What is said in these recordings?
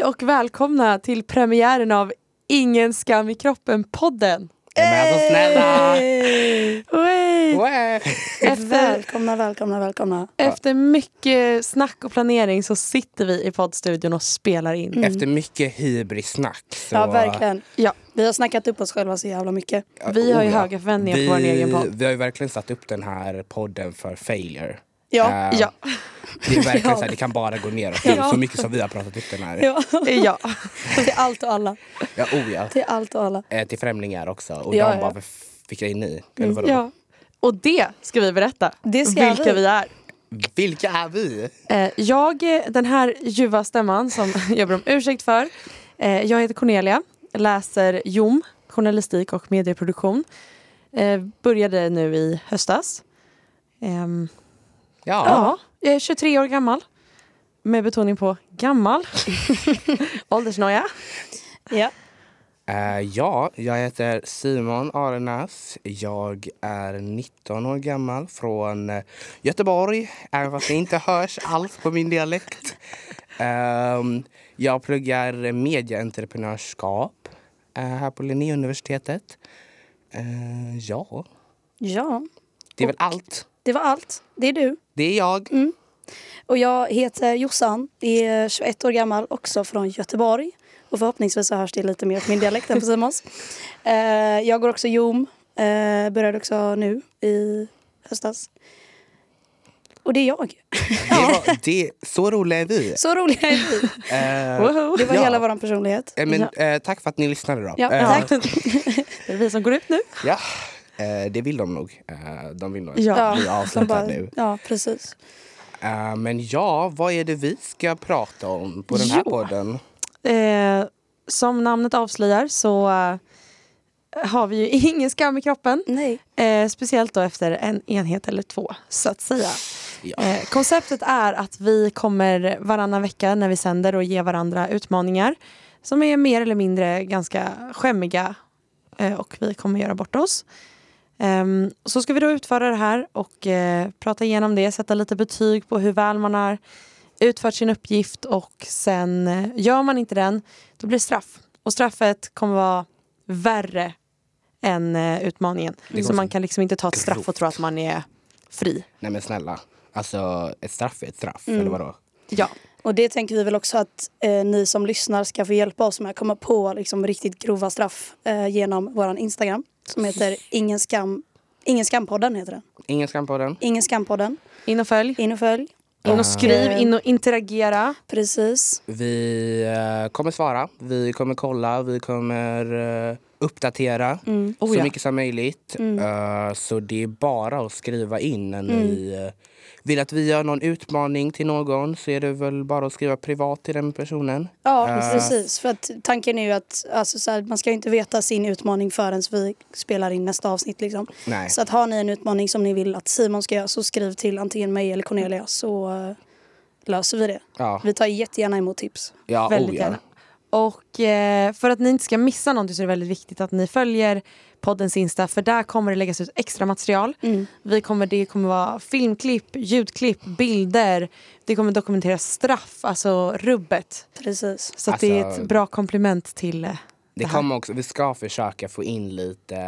och välkomna till premiären av Ingen skam i kroppen-podden. Men alltså snälla! Välkomna. Efter mycket snack och planering så sitter vi i poddstudion och spelar in. Efter mycket hybris-snack. Så... Ja, verkligen. Ja. Vi har snackat upp oss själva så jävla mycket. Vi har ju höga förväntningar på vår egen podd. Vi har ju verkligen satt upp den här podden för failure. Ja. Ja. Det är verkligen så här, det kan bara gå ner. Så mycket som vi har pratat upp den här. Ja. Till allt och alla. Ja, ja. Till allt och alla. Till främlingar också. Och Ja, de bara, vilka är ni? Eller vadå? Ja. Och det ska vi berätta. Vilka vi är. Vilka är vi? Jag, den här ljuva stämman som jag ber om ursäkt för. Jag heter Cornelia, läser JOM, journalistik och medieproduktion. Började nu i höstas. Ja, jag är 23 år gammal. Med betoning på gammal. Åldersnoja. Ja. Jag heter Simon Arenäs. Jag är 19 år gammal från Göteborg. Även fast det inte hörs alls på min dialekt. Jag pluggar medieentreprenörskap här på Linnéuniversitetet. Ja. Det är väl allt. Det var allt. Det är du. Det är jag. Och jag heter Jossan. Är 21 år gammal. Också från Göteborg. Och förhoppningsvis så hörs det lite mer på min dialekt än på Simons. Jag går också JOM. Började också nu i höstas. Och det är jag. Så roliga är vi. Så roliga är vi. Det var hela vår personlighet. Tack för att ni lyssnade då. Ja, tack. Det är vi som går ut nu. Ja, det vill de nog. De vill nog bli avslutade nu. Ja, precis. Men vad är det vi ska prata om på den här podden? Som namnet avslöjar så har vi ju ingen skam i kroppen. Nej. Speciellt då efter en enhet eller två, så att säga. Ja. Konceptet är att vi kommer varannan vecka när vi sänder och ger varandra utmaningar som är mer eller mindre ganska skämmiga, och vi kommer göra bort oss. Så ska vi då utföra det här och prata igenom det, sätta lite betyg på hur väl man har utfört sin uppgift, och sen gör man inte den, då blir det straff. Och straffet kommer vara värre än utmaningen. Så man kan liksom inte ta ett straff och tro att man är fri. Nej men snälla, alltså ett straff är ett straff, eller vadå? Ja. Och det tänker vi väl också att ni som lyssnar ska få hjälpa oss med att komma på liksom riktigt grova straff genom våran Instagram som heter Ingen skampodden heter den. Ingen skampodden. In och följ. In Och skriv, in och interagera. Precis. Vi kommer svara, vi kommer kolla, vi kommer uppdatera så mycket som möjligt. Så det är bara att skriva in när ni vill att vi gör någon utmaning till någon, så är det väl bara att skriva privat till den personen. Ja, precis. För att tanken är ju att alltså, så här, man ska ju inte veta sin utmaning förrän vi spelar in nästa avsnitt. Liksom. Nej. Så att har ni en utmaning som ni vill att Simon ska göra, så skriv till antingen mig eller Cornelia, så löser vi det. Ja. Vi tar jättegärna emot tips. Ja, Väldigt gärna. Och för att ni inte ska missa någonting så är det väldigt viktigt att ni följer poddens Insta, för där kommer det läggas ut extra material. Det kommer vara filmklipp, ljudklipp, bilder. Det kommer dokumentera straff, alltså rubbet. Precis. Så att det är ett bra komplement till det här. Kommer också, vi ska försöka få in lite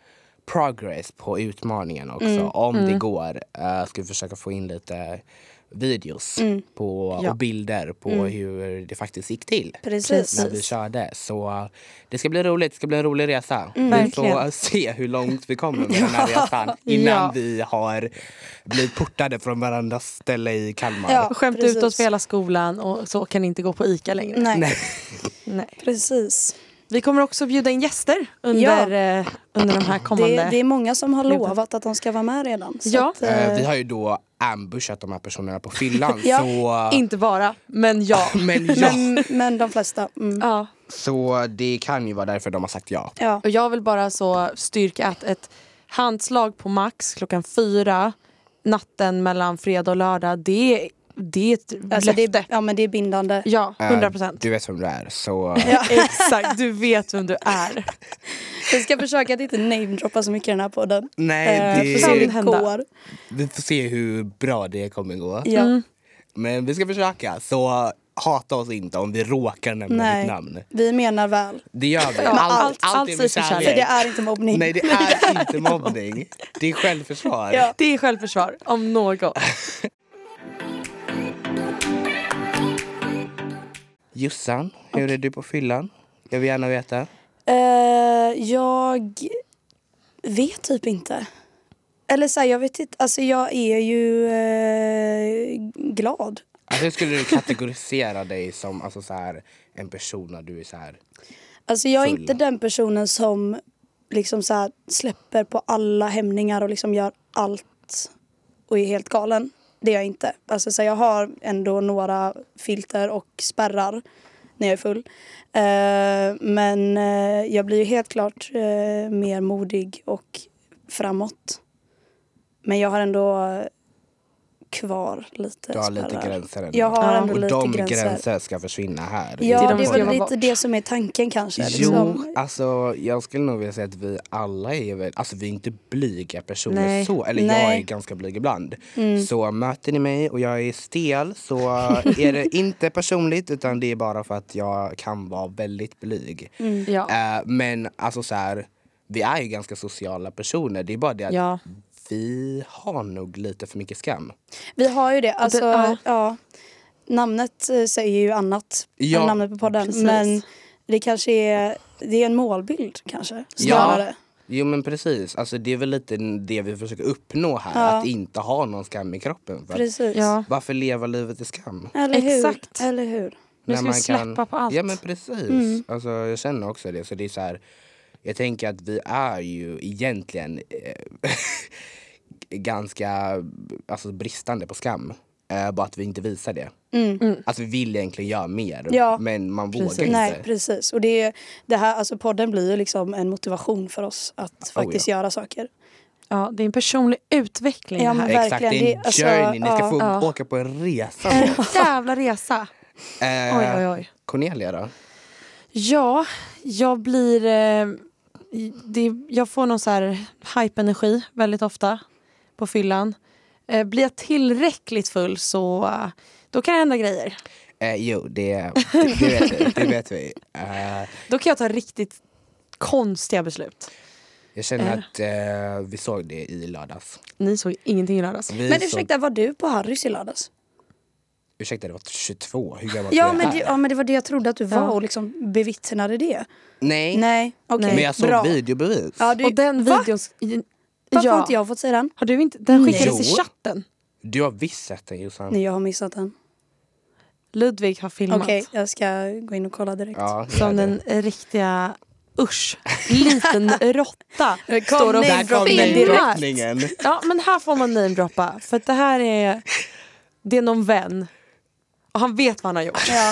progress på utmaningen också. Om det går ska vi försöka få in lite videos och bilder på hur det faktiskt gick till. Precis. När vi körde. Så det ska bli roligt, det ska bli en rolig resa. Vi Verkligen. får se hur långt vi kommer med den här resan innan vi har blivit portade från varandras ställe i Kalmar. Ja. Skämt Precis. ut oss för hela skolan, och så kan inte gå på ICA längre. Nej. Precis. Vi kommer också bjuda in gäster under de här kommande. Det är många som har lovat att de ska vara med redan. Så Ja. att, Vi har ju då ambushat de här personerna på fyllan. Ja. Så... Inte bara, men ja. men de flesta. Ja. Så det kan ju vara därför de har sagt ja. Ja. Och jag vill bara så styrka att ett handslag på max 4:00 natten mellan fredag och lördag, det är ett Alltså löfte. men det är bindande. Ja, 100%. Du vet vem du är, så... Exakt, du vet vem du är. Vi ska försöka att inte namedroppa så mycket i den här podden. Nej, Får se hur det hända. går. vi får se hur bra det kommer gå. Ja. Men vi ska försöka. Så hata oss inte om vi råkar nämna ditt namn. Vi menar väl. Det gör vi. Allt är sägs med för kärlek. För det är inte mobbning. Nej, det är inte mobbning. Det är självförsvar. Ja. Det är självförsvar, om något. Jossan, hur är du på fyllan? Jag vill gärna veta. Jag vet typ inte. Eller så här, jag vet inte. Alltså jag är ju glad. Alltså, hur skulle du kategorisera dig som alltså, så här, en person när du är så här? Alltså jag är full? inte den personen som liksom så här släpper på alla hämningar och liksom gör allt och är helt galen. Det är jag inte. Alltså så här, jag har ändå några filter och spärrar när jag är full. Men jag blir ju helt klart mer modig och framåt. Men jag har ändå kvar lite Du har spärrar. lite gränser ändå. Jag har ändå och lite de gränser. gränser ska försvinna här. Ja, de det är ska väl vara lite bort. det som är tanken kanske. Jo, Liksom. alltså jag skulle nog vilja säga att vi alla är väl, alltså vi är inte blyga personer Nej. så, eller jag Nej. är ganska blyg ibland. Så möter ni mig och jag är stel så är det inte personligt utan det är bara för att jag kan vara väldigt blyg. Ja. Men alltså så här, vi är ju ganska sociala personer, det är bara det att Ja. vi har nog lite för mycket skam. Vi har ju det. Alltså, ja. ja. Namnet säger ju annat Ja, än namnet på podden. precis. Men det kanske är en målbild kanske. Snarare. Jo men precis, alltså det är väl lite det vi försöker uppnå här. Ja. Att inte ha någon skam i kroppen. För att, Precis. Ja. varför leva livet i skam? Eller hur? Exakt. Eller hur? Nu ska vi släppa på allt. Ja men precis, alltså, jag känner också det. Så det är så här, jag tänker att vi är ju egentligen ganska alltså, bristande på skam. Bara att vi inte visar det. Alltså vi vill egentligen göra mer. Ja. Men man Precis. vågar inte. Nej, precis. Och det här, alltså podden blir ju liksom en motivation för oss att faktiskt göra saker. Ja, det är en personlig utveckling Ja, det här. men Exakt, verkligen. det är en Det- alltså, journey. Ni ska ja. få Ja. åka på en resa. Jävla resa. Oj, oj, oj. Cornelia då? Ja, jag blir... jag får någon så här hype-energi väldigt ofta på fyllan. Blir jag tillräckligt full så då kan jag hända grejer. Jo, det vet vi. Det vet vi. Då kan jag ta riktigt konstiga beslut. Jag känner att vi såg det i lördags. Ni såg ingenting i lördags. Vi Men såg, ursäkta, var du på Harrys i lördags? ursäkta, det var 22. Hur gammal Ja är men, här? ja, men det var det jag trodde att du var Ja. och liksom bevittnade det. Nej, Nej, okej. men jag såg bra. videobevis. Ja, du, Och den Va? videon... Varför har inte jag fått se den? Har du inte? Den skickades i Jo. chatten. Du har visst sett den, Jossan. Nej, jag har missat den. Ludvig har filmat. Okej, jag ska gå in och kolla direkt. Ja, det är Som det. den riktiga... Usch. Liten råtta. Kom Står och name Där kom filmar. namedroppningen. Ja, men här får man namedroppa. För att det här är... Det är någon vän. Och han vet vad han har gjort. Ja.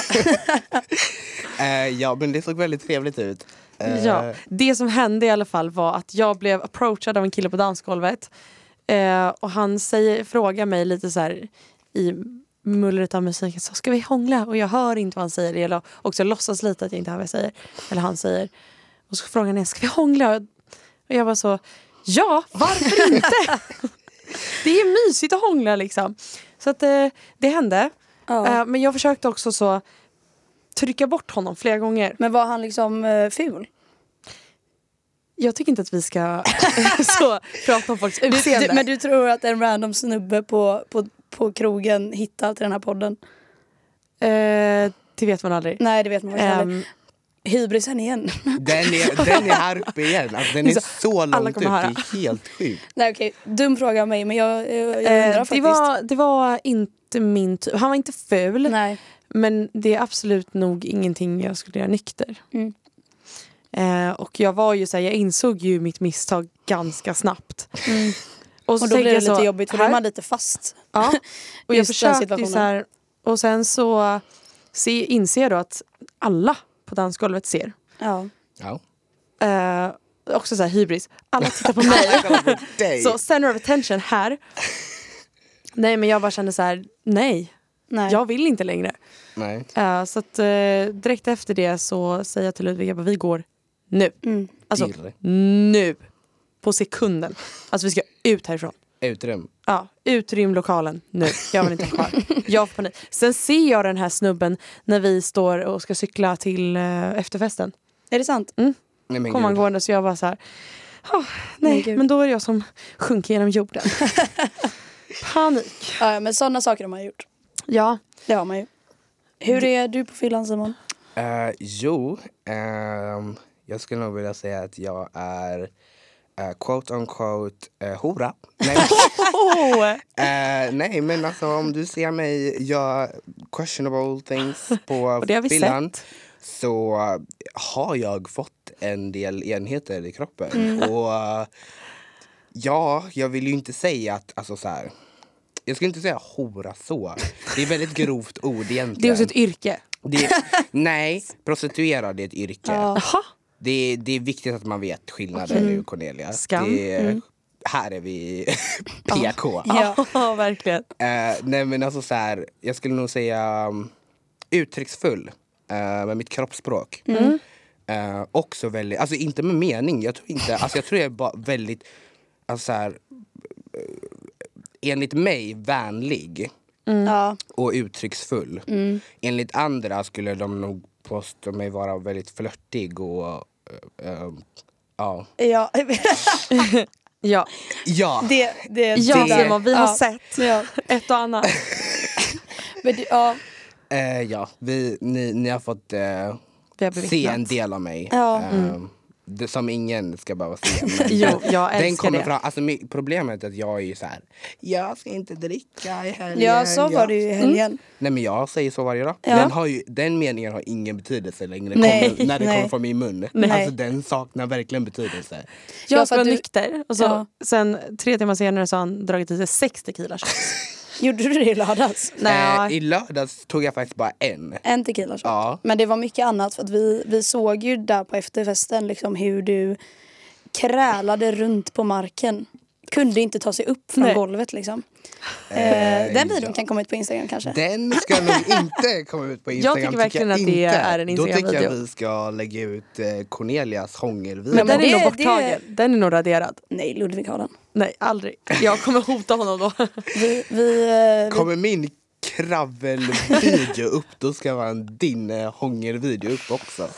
Ja, men det såg väldigt trevligt ut. Ja, det som hände i alla fall var att jag blev approachad av en kille på dansgolvet. Och han frågar mig lite så här i mullret av musiken. Så ska vi hångla? Och jag hör inte vad han säger. Eller också låtsas lite att jag inte hör vad jag säger. Eller han säger. Och så frågar han, ska vi hångla? Och jag bara så, ja, varför inte? Det är mysigt att hångla liksom. Så att det hände. Ja. Men jag försökte också så trycka bort honom flera gånger. Men var han liksom ful? Jag tycker inte att vi ska så prata om folks utseende. Men du tror att en random snubbe på krogen hittar till den här podden? Det vet man aldrig. Nej, det vet man faktiskt aldrig. Hybrisen igen. Den är här uppe igen. Alltså, den är så alla långt ut. kommer Det höra. är helt sjukt. Nej, okej. Dum fråga av mig, men jag undrar faktiskt. Det var inte min typ. Han var inte ful. Nej. Men det är absolut nog ingenting jag skulle göra nykter. Mm. Och jag var ju så här, jag insåg ju mitt misstag ganska snabbt. Och så då blir det tänkte jag lite så, jobbigt för då är man lite fast. Ja. Och jag Just den försökte ju situationen. så här, och sen så inser jag då att alla på dansgolvet ser. Ja. Ja. Också så här hybris. Alla tittar på mig. Dig. Så center of attention här. Nej, men jag bara kände så här, nej. Nej. Jag vill inte längre. Nej. Så att direkt efter det så säger jag till Ludvig att vi går nu. Mm. Alltså Dirre. nu. På sekunden. Alltså vi ska ut härifrån. Utrym. Ja, utrym lokalen nu. Jag vill inte ha kvar. Jag får panik. Sen ser jag den här snubben när vi står och ska cykla till efterfesten. Är det sant? Nej, men Kommer man gud. gående så jag bara så här. Nej, men då är det jag som sjunker genom jorden. Panik. Ja, men sådana saker har man gjort. Ja. Det har man ju. Hur är du på fyllan, Simon? Jag skulle nog vilja säga att jag är quote unquote hora. Nej. Nej, men alltså om du ser mig göra questionable things på det har vi fyllan sett. så har jag fått en del enheter i kroppen. Och jag vill ju inte säga att, alltså så här, jag skulle inte säga hora så. Det är ett väldigt grovt ord egentligen. Det är också ett yrke. Nej, prostituerad är ett yrke. Jaha. Det är viktigt att man vet skillnaden nu, Cornelia. Skam. Här är vi PK. Ja, verkligen. Nej, men alltså så här, jag skulle nog säga uttrycksfull med mitt kroppsspråk. Också väldigt, alltså inte med mening. Jag tror jag är bara väldigt, alltså så här, enligt mig vänlig och uttrycksfull. Enligt andra skulle de nog påstå mig vara väldigt flörtig och ja. Ja. Ja. Ja. Ja, Simon, vi har sett ett och annat. Men Ja, ni har fått se en del av mig. Det som ingen ska behöva se. Jo, jag älskar den kommer det. fram, alltså, problemet är att jag är ju så här: jag ska inte dricka i helgen. Ja, så var det ju i helgen. Nej, men jag säger så varje dag. Ja. Den meningen har ingen betydelse längre när det kommer från min mun. Nej. Alltså den saknar verkligen betydelse. Jag ska för vara att nykter. Och så, sen 3 timmar senare så har han dragit i sig 6 tequila shots. Gjorde du det i lördags? Nej. I lördags tog jag faktiskt bara en tequila shot. Ja. Men det var mycket annat för att vi såg ju där på efterfesten liksom hur du krälade runt på marken. Kunde inte ta sig upp från golvet liksom. Den videon kan komma ut på Instagram kanske. Den ska nog inte komma ut på Instagram. Jag tycker verkligen att det är en Instagram-video. Då tycker jag vi ska lägga ut Cornelias hångelvideo. Men den är nog borttagen. Den är nog raderad. Nej, Ludvig har den. Nej, aldrig. Jag kommer hota honom då. Kommer min kravelvideo upp, då ska man din hångelvideo upp också.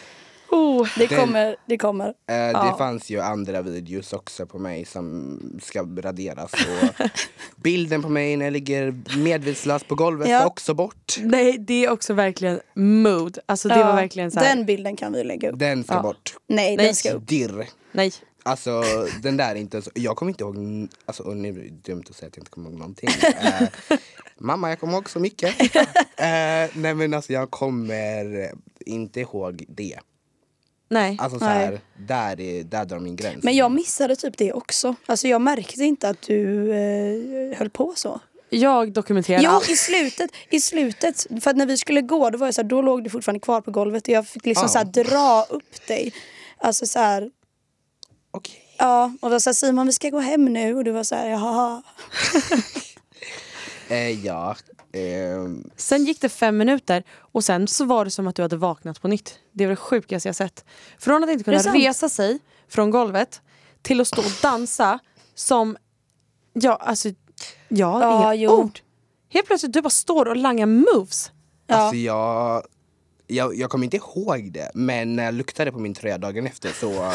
Det kommer. Det fanns ju andra videos också på mig som ska raderas. Och bilden på mig när jag ligger medvetslös på golvet var också bort. Nej, det är också verkligen mood. Alltså det var verkligen så här. Den bilden kan vi lägga upp. Den ska bort. Nej, den ska upp. Dirr. Nej. Alltså den där är inte så, jag kommer inte ihåg, alltså, och nu är det dumt att säga att jag inte kommer ihåg någonting. Mamma, jag kommer ihåg så mycket. Nej, men alltså jag kommer inte ihåg det. Nej. Alltså så här, där drar min gräns. Men jag missade typ det också. Alltså jag märkte inte att du höll på så. Jag dokumenterar allt. I slutet. För att när vi skulle gå, då var jag så här, då låg du fortfarande kvar på golvet. Och jag fick liksom så här, dra upp dig. Alltså så här. Okej. Ja, och då sa Simon, vi ska gå hem nu. Och du var så här, jaha. Ja. Sen gick det 5 minuter och sen så var det som att du hade vaknat på nytt. Det var det sjukaste jag sett. Från att inte kunna resa sig från golvet till att stå och dansa som, jag har inga ord. Helt plötsligt du bara står och langar moves. Alltså jag kommer inte ihåg det, men när jag luktade på min tröja dagen efter så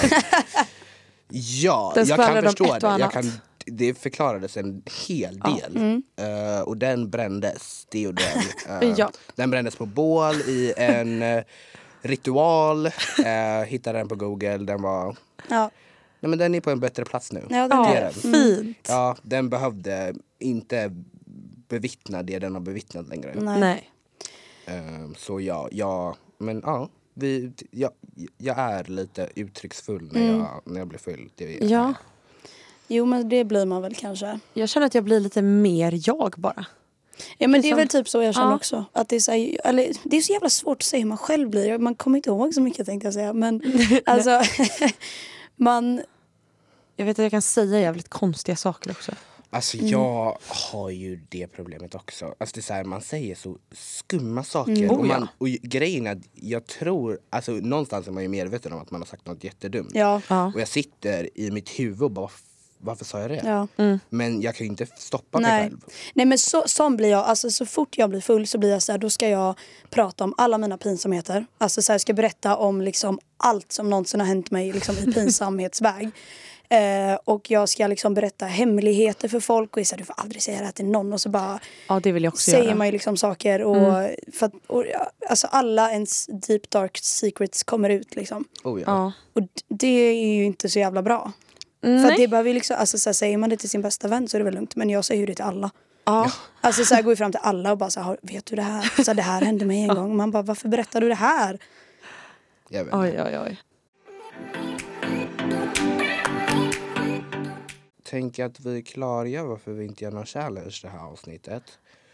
jag kan förstå det. Det förklarades en hel del. Och den brändes. Det gjorde den. Den brändes på bål i en ritual. Hittade den på Google. Den var... Ja. Nej, men den är på en bättre plats nu. Ja, den är fint. Ja, den behövde inte bevittna det den har bevittnat längre. Nej. Så men ja. Jag är lite uttrycksfull när jag blir full. Ja. Jo, men det blir man väl kanske. Jag känner att jag blir lite mer jag bara. Ja, men det är väl typ så jag känner också. Att det är så här, eller, det är så jävla svårt att säga hur man själv blir. Man kommer inte ihåg så mycket, tänkte jag säga. Men alltså, jag vet att jag kan säga jävligt konstiga saker också. Alltså jag har ju det problemet också. Alltså det är så här, man säger så skumma saker. Och grejen är att jag tror, alltså någonstans är man ju medveten om att man har sagt något jättedumt. Ja. Och jag sitter i mitt huvud och bara, varför sa jag det? Ja. Men jag kan ju inte stoppa mig själv. Nej, men sån blir jag. Alltså, så fort jag blir full så blir jag så här, då ska jag prata om alla mina pinsamheter. Alltså så här, jag ska berätta om liksom allt som någonsin har hänt mig liksom, i pinsamhetsväg. Och jag ska liksom berätta hemligheter för folk och så här, du får aldrig säga det här till någon, och så bara det vill jag också säger göra. man ju liksom saker och, alltså alla ens deep dark secrets kommer ut liksom. Och det är ju inte så jävla bra. För att det behöver ju liksom, alltså så här, säger man det till sin bästa vän så är det väl lugnt, men jag säger ju det till alla. Alltså så här, går ju fram till alla och bara så här, vet du det här? Så här, det här hände mig en gång. Man bara, varför berättar du det här? Jag vet. Oj. Tänk att vi klargör varför vi inte gör någon challenge det här avsnittet.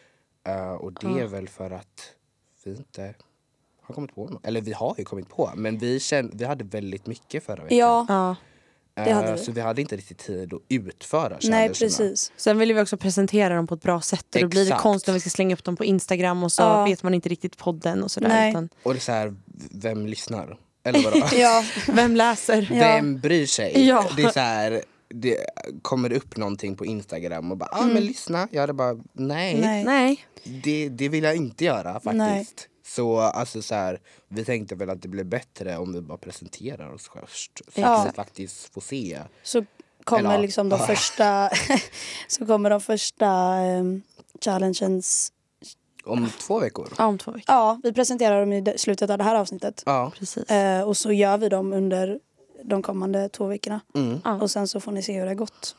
Och det är väl för att vi inte har kommit på något. Eller vi har ju kommit på, men vi hade väldigt mycket förra veckan. Ja. Det hade vi. Så vi hade inte riktigt tid att utföra challengerna. Nej, precis. Sen vill vi också presentera dem på ett bra sätt. Och då blir det konstigt om vi ska slänga upp dem på Instagram och så vet man inte riktigt podden och sådär. Utan... Och det är så här, vem lyssnar? Eller vadå? Vem läser? Vem bryr sig? Ja. Det är så här, det kommer upp någonting på Instagram och bara, men lyssna. Jag hade bara, nej. Det vill jag inte göra faktiskt. Nej. Så alltså så här, vi tänkte väl att det blir bättre om vi bara presenterar oss först. Så att vi faktiskt får se. Så kommer liksom de första så kommer de första challenges om 2 veckor. Ja, om 2 veckor. Ja, vi presenterar dem i slutet av det här avsnittet. Ja, precis. Och så gör vi dem under de kommande 2 veckorna. Och sen så får ni se hur det har gått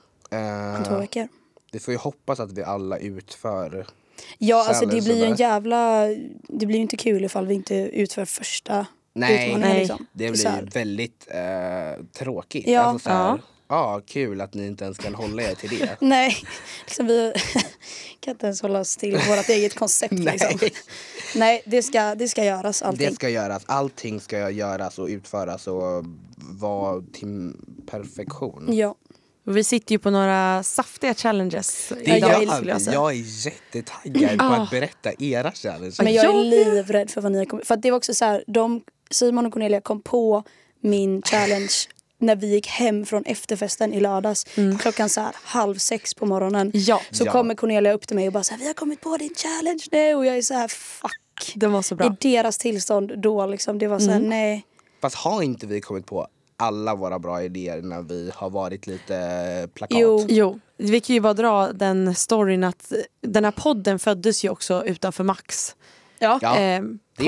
om 2 veckor. Vi får ju hoppas att vi alla utför. Ja, alltså det blir ju det blir ju inte kul ifall vi inte utför första utmaningen liksom. Det blir ju väldigt tråkigt. Ja. Alltså så här, kul att ni inte ens kan hålla er till det. Nej, liksom vi kan inte ens hålla oss till vårt eget koncept liksom. Nej, det ska göras allting. Det ska göras, allting ska göras och utföras och vara till perfektion. Ja. Vi sitter ju på några saftiga challenges. Jag är jättetaggad på att berätta era challenges. Men jag är livrädd för vad ni kommer. För att det var också så här, Simon och Cornelia kom på min challenge när vi gick hem från efterfesten i lördags. Klockan så här 5:30 på morgonen. Så kommer Cornelia upp till mig och bara så här, vi har kommit på din challenge nu. Och jag är så här, fuck. Det var så bra. I deras tillstånd då liksom, det var så här, nej. Fast har inte vi kommit på alla våra bra idéer när vi har varit lite plakat? Jo, vi kan ju bara dra den storyn att den här podden föddes ju också utanför Max. Det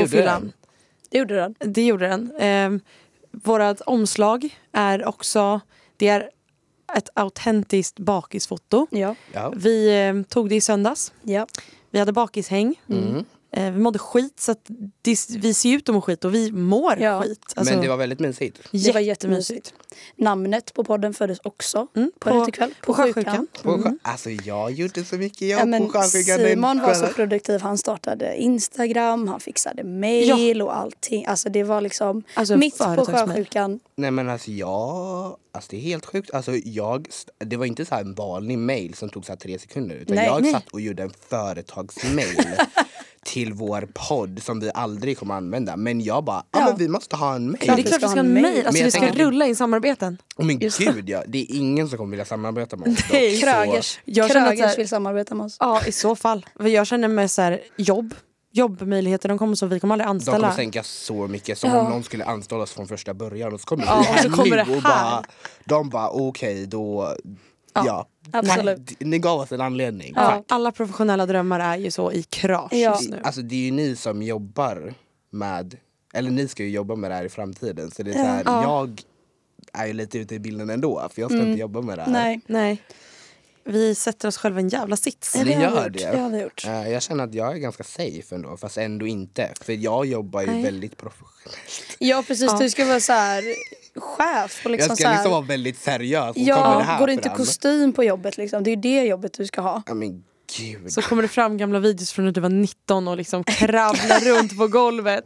gjorde den. Vårat omslag är också, det är ett autentiskt bakisfoto. Vi tog det i söndags. Vi hade bakishäng. Vi mådde skit, så att vi ser ut att må skit och vi mår skit. Alltså, men det var väldigt mysigt. Det var jättemysigt. Namnet på podden föddes också på Sjösjukan. Alltså jag gjorde så mycket jobb på Sjösjukan. Simon var så produktiv. Han startade Instagram, han fixade mail och allting. Alltså det var liksom mitt på Sjösjukan. Nej men alltså det är helt sjukt. Alltså det var inte så här en vanlig mail som tog så här 3 sekunder. Utan jag satt och gjorde en företagsmail till vår podd som vi aldrig kommer använda. Men jag bara, men vi måste ha en mail. Det är klart vi ska ha en mail. Alltså vi ska rulla in samarbeten. Men gud, det är ingen som kommer vilja samarbeta med oss. Krögers vill samarbeta med oss. Ja, i så fall. Jag känner mig så här, jobbmöjligheter, vi kommer aldrig anställa. De kommer sänka så mycket som om någon skulle anställa oss från första början. Och så kommer det här. De bara, okej, då... Ja, absolut. Ni gav oss en anledning. Alla professionella drömmar är ju så i krasch just nu. Alltså det är ju ni som jobbar med, eller ni ska ju jobba med det här i framtiden. Så det är så här, jag är ju lite ute i bilden ändå, för jag ska inte jobba med det här. Nej. Vi sätter oss själva en jävla sits. Det gör det. Det har vi gjort. Jag känner att jag är ganska safe ändå, fast ändå inte. För jag jobbar ju väldigt professionellt. Ja, precis. Du ska vara så här chef. Och liksom jag ska liksom vara väldigt seriös. Går du inte kostym på jobbet liksom? Det är ju det jobbet du ska ha. Ja, men gud. Så kommer det fram gamla videos från när du var 19 och liksom kravlar runt på golvet.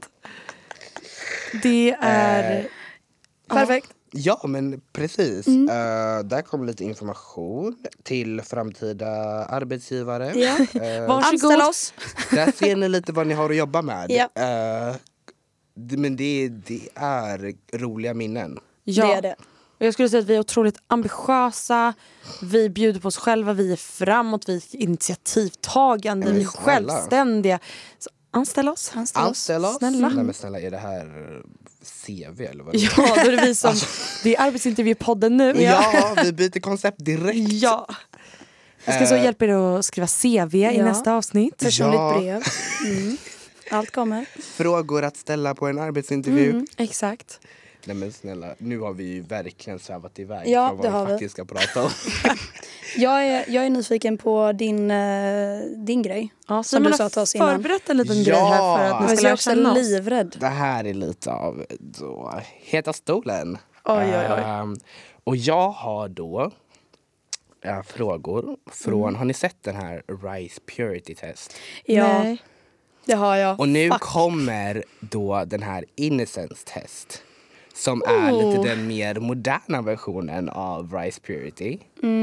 Det är... Perfekt. Ja, men precis. Där kommer lite information till framtida arbetsgivare. Anställ oss. Där ser ni lite vad ni har att jobba med. Men det är roliga minnen. Ja. Det är det. Och jag skulle säga att vi är otroligt ambitiösa. Vi bjuder på oss själva. Vi är framåt. Vi är initiativtagande. Vi är självständiga. Så anställ oss. Anställ oss. Snälla. Nej, men snälla, är det här CV eller vad? Ja, då är det vi som... Det är arbetsintervjupodden nu. Ja, vi byter koncept direkt. Ja. Jag ska så hjälpa er att skriva CV i nästa avsnitt. Personligt brev. Allt kommer. Frågor att ställa på en arbetsintervju. Exakt. Nej men snälla, nu har vi ju verkligen svävat iväg Ja, från vad vi faktiskt ska prata om. Jag är nyfiken på din grej. Ja, som du sa till oss innan. Förberett en liten grej här för att ni ska lära känna oss. Jag är också livrädd. Det här är lite av då, heta stolen. Oj. Och jag har då frågor från, har ni sett den här Rice Purity Test? Ja, Nej. det har jag. Och nu kommer då den här Innocence Test. Som är lite den mer moderna versionen av Rice Purity.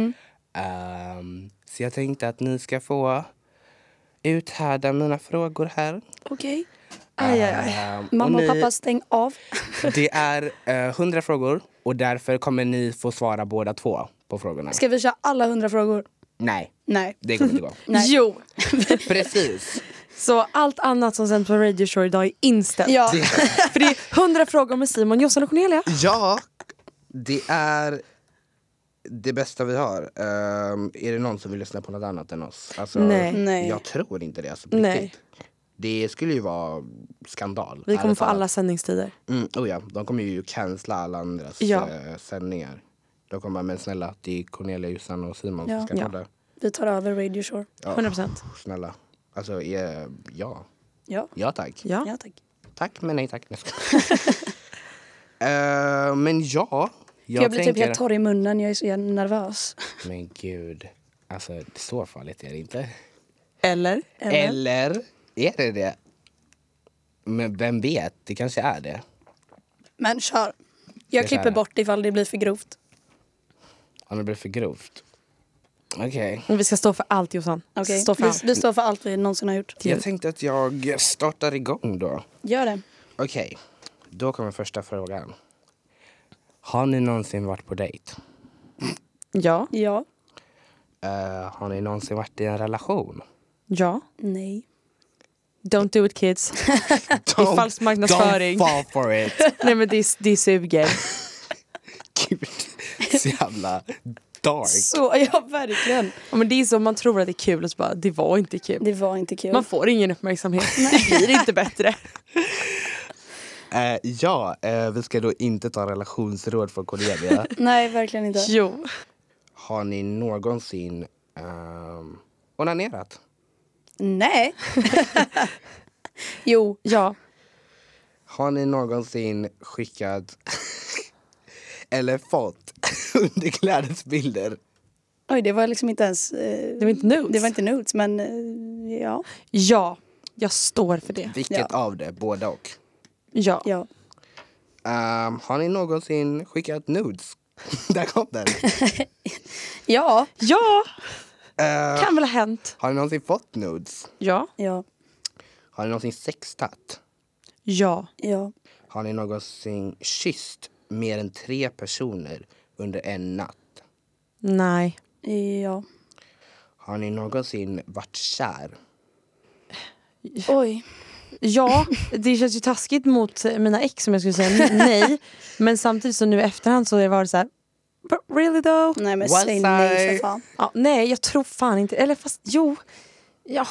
Så jag tänkte att ni ska få uthärda mina frågor här. Okej. Mamma och pappa, stäng av. Det är 100 frågor och därför kommer ni få svara båda två på frågorna. Ska vi köra alla 100 frågor? Nej, Nej. det kommer inte gå. Nej. Jo. Precis. Så allt annat som sänds på Radio Show idag är inställt. Ja. För det är 100 frågor med Simon, Jossan och Cornelia. Ja, det är det bästa vi har. Är det någon som vill lyssna på något annat än oss? Alltså, Nej. Jag tror inte det. Alltså, Nej. Det skulle ju vara skandal. Vi kommer få alla sändningstider. De kommer ju cancella alla andras sändningar. De kommer, men snälla, det är Cornelia, Jossan och Simon som ska podda. Vi tar över Radio Shore. 100%. Snälla. Alltså, ja. Ja, Tack. ja tack. Tack, men nej tack. Men ja. Jag blir typ helt torr i munnen, jag är så nervös. Men gud, alltså så farligt är det inte. Eller är det? Men vem vet, det kanske är det. Men kör. Jag klipper bort ifall det blir för grovt. Om det blir för grovt. Okej. Vi ska stå för allt, Jossan. Okay. Vi vi står för allt vi någonsin har gjort. Jag tänkte att jag startar igång då. Gör det. Okej, då kommer första frågan. Har ni någonsin varit på dejt? Ja. Har ni någonsin varit i en relation? Ja. Nej. Don't do it, kids. Det är falsk marknadsföring. Don't fall for it. Nej, men det suger. Gud, så jävla dark. Så, ja, verkligen. Ja, men det är så, man tror att det är kul och så bara, det var inte kul. Det var inte kul. Man får ingen uppmärksamhet. Det blir inte bättre. Vi ska då inte ta relationsråd från Cornelia. Nej, verkligen inte. Jo. Har ni någonsin onanerat? Nej. Jo. Ja. Har ni någonsin skickat eller fått underklädesbilder? Oj, det var liksom inte ens... Det var inte nudes. Det var inte nudes, men ja. Ja, jag står för det. Vilket av det? Båda och? Ja. Har ni någonsin skickat nudes? Där kom den. Ja. Kan väl ha hänt. Har ni någonsin fått nudes? Ja. Har ni någonsin sextat? Ja. Har ni någonsin kysst mer än 3 personer under en natt? Nej. Ja. Har ni någonsin varit kär? Oj. Ja, det känns ju taskigt mot mina ex som jag skulle säga nej. Men samtidigt så nu i efterhand så har det varit så här, but really though? Nej, men säg nej för fan. Ja, nej, jag tror fan inte. Eller fast, jo. Ja.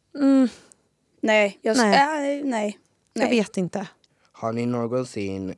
Nej. Nej. Jag vet inte. Har ni någonsin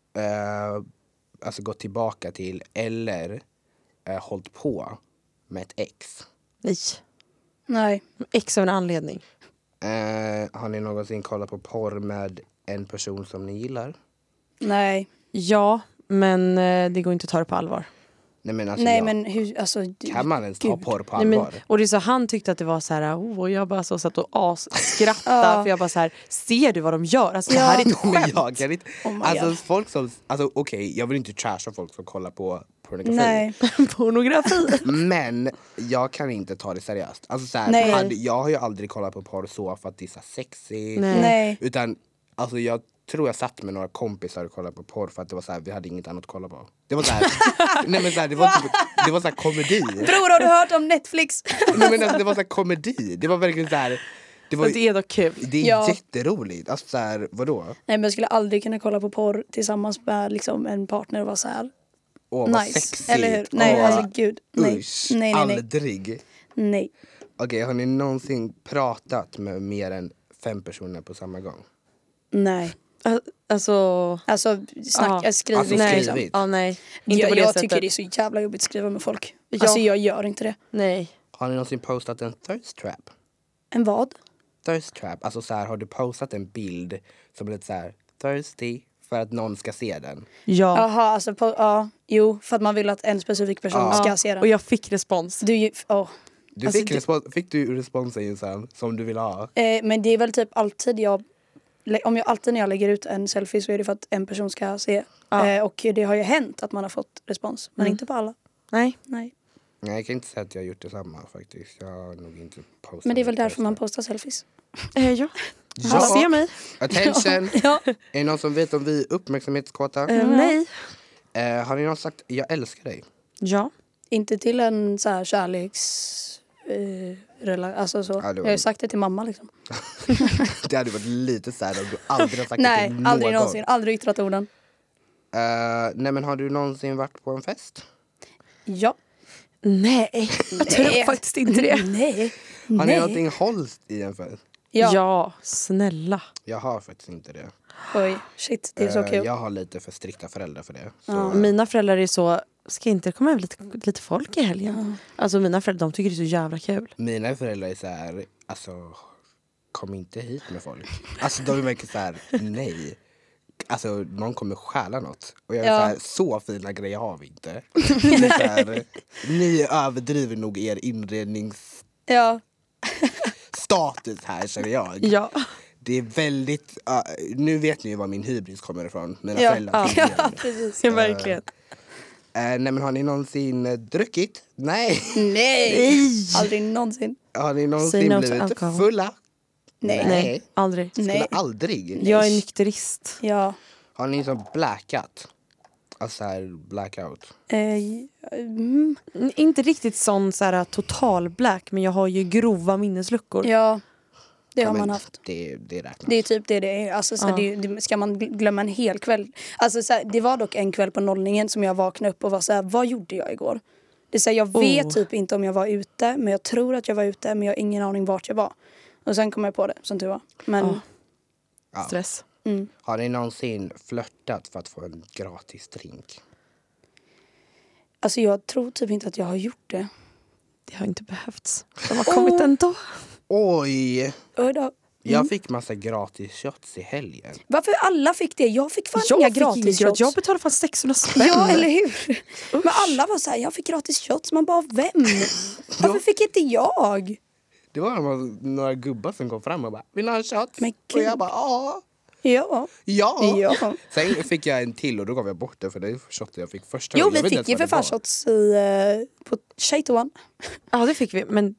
gått tillbaka till eller hållit på med ett ex? Nej. Ex av en anledning. Har ni någonsin kollat på porr med en person som ni gillar? Nej. Ja, men det går inte att ta det på allvar. Men hur, alltså... Kan man ens ta porr på allvar? Och det är så, han tyckte att det var så här, och jag bara så satt och skrattade för jag bara så här, ser du vad de gör? Alltså det här är ett skämt. Men jag kan inte, folk som, okej, jag vill inte trasha folk som kollar på pornografi. Nej. Pornografi. Men jag kan inte ta det seriöst. Alltså så här, jag har ju aldrig kollat på porr så för att det är så sexy. Nej. Utan alltså jag tror jag satt med några kompisar och kollade på porr för att det var så här, vi hade inget annat att kolla på. Det var så här, nej men så här, det var så här komedi. Bror, har du hört om Netflix? Nej men alltså, det var så här komedi. Det var verkligen så här. Det är dock kul. Det är jätteroligt. Alltså så här, vadå? Nej, men jag skulle aldrig kunna kolla på porr tillsammans med liksom en partner och vara så här. Åh, vad sexigt. Eller hur? Nej, alltså gud. Nej. Usch, Nej. aldrig. Nej. Okej, har ni någonsin pratat med mer än 5 personer på samma gång? Nej. Alltså skrivit. Nej. Liksom. Ja, nej. Inte på det Jag sättet. tycker det är så jävla jobbigt att skriva med folk. Ja. Alltså jag gör inte det. Nej. Har ni någonsin postat en thirst trap? En vad? Thirst trap, alltså så här, har du postat en bild som är lite så här thirsty för att någon ska se den? Ja. Jaha, alltså jo, för att man vill att en specifik person ska se den. Och jag fick respons. Fick du responsen sen som du ville ha? Men det är väl typ alltid alltid när jag lägger ut en selfie så är det för att en person ska se. Och det har ju hänt att man har fått respons, men inte på alla. Nej. Nej, jag kan inte säga att jag har gjort detsamma faktiskt. Jag har nog inte postat. Men det är väl därför man postar selfies. Ja. Se mig. Attention. Ja. Är det någon som vet om vi är uppmärksamhetskåta? Nej. Har ni någon sagt jag älskar dig? Ja. Inte till en så här alltså så. Ja, Jag har ju sagt det till mamma liksom. Det hade varit lite så här om du aldrig har sagt det Nej, till någon. aldrig någonsin. Aldrig yttrat orden. Nej, men har du någonsin varit på en fest? Ja. Nej. Jag tror faktiskt inte det. Nej. Har ni någonting hållt i en fest? Ja, snälla. Jag har faktiskt inte det. Oj, shit, det är så kul. Jag har lite för strikta föräldrar för det. Så. Ja. Mina föräldrar är så, ska inte komma över lite folk i helgen? Alltså mina föräldrar, de tycker det är så jävla kul. Mina föräldrar är så här, alltså kom inte hit med folk. Alltså de är verkligen så här, nej. Alltså någon kommer stjäla något. Och jag är så fina grejer har vi inte. Så här, ni överdriver nog er inredningsstatus här, känner jag. Ja. Det är väldigt, nu vet ni ju var min hybris kommer ifrån. Mina föräldrar. Ja, precis. Ja, verkligen. Nej, men har ni någonsin druckit? Nej. Nej. Aldrig någonsin. Har ni någonsin blivit fulla? Nej, aldrig. Skulle aldrig. Jag är nykterist. Ja. Har ni som blackat? Alltså här blackout? Inte riktigt sån så här, total black, men jag har ju grova minnesluckor. Ja, det har man haft. Det räknas. Det är typ det är. Alltså, så det, ska man glömma en hel kväll? Alltså, så här, det var dock en kväll på nollningen som jag vaknade upp och var så här, vad gjorde jag igår? Det är så här, jag vet typ inte om jag var ute, men jag tror att jag var ute, men jag har ingen aning vart jag var. Och sen kom jag på det, som tur var. Men... Stress. Har ni någonsin flörtat för att få en gratis drink? Alltså jag tror typ inte att jag har gjort det. Det har inte behövts. De har kommit ändå. Oj! Oj då. Jag fick massa gratis shots i helgen. Varför alla fick det? Jag fick fan inga gratis shots. Jag betalade fan 600 spänn. Ja, eller hur? Men alla var så här, jag fick gratis shots. Man bara, vem? Varför fick inte jag? Det var några gubbar som kom fram och bara, vill du ha en shot? Men och jag bara, Ja. Sen fick jag en till och då gav jag bort det för det är shotten jag fick första gången. Jo, vi fick ju för fan shots på Tjejtoan. Ja, det fick vi. Men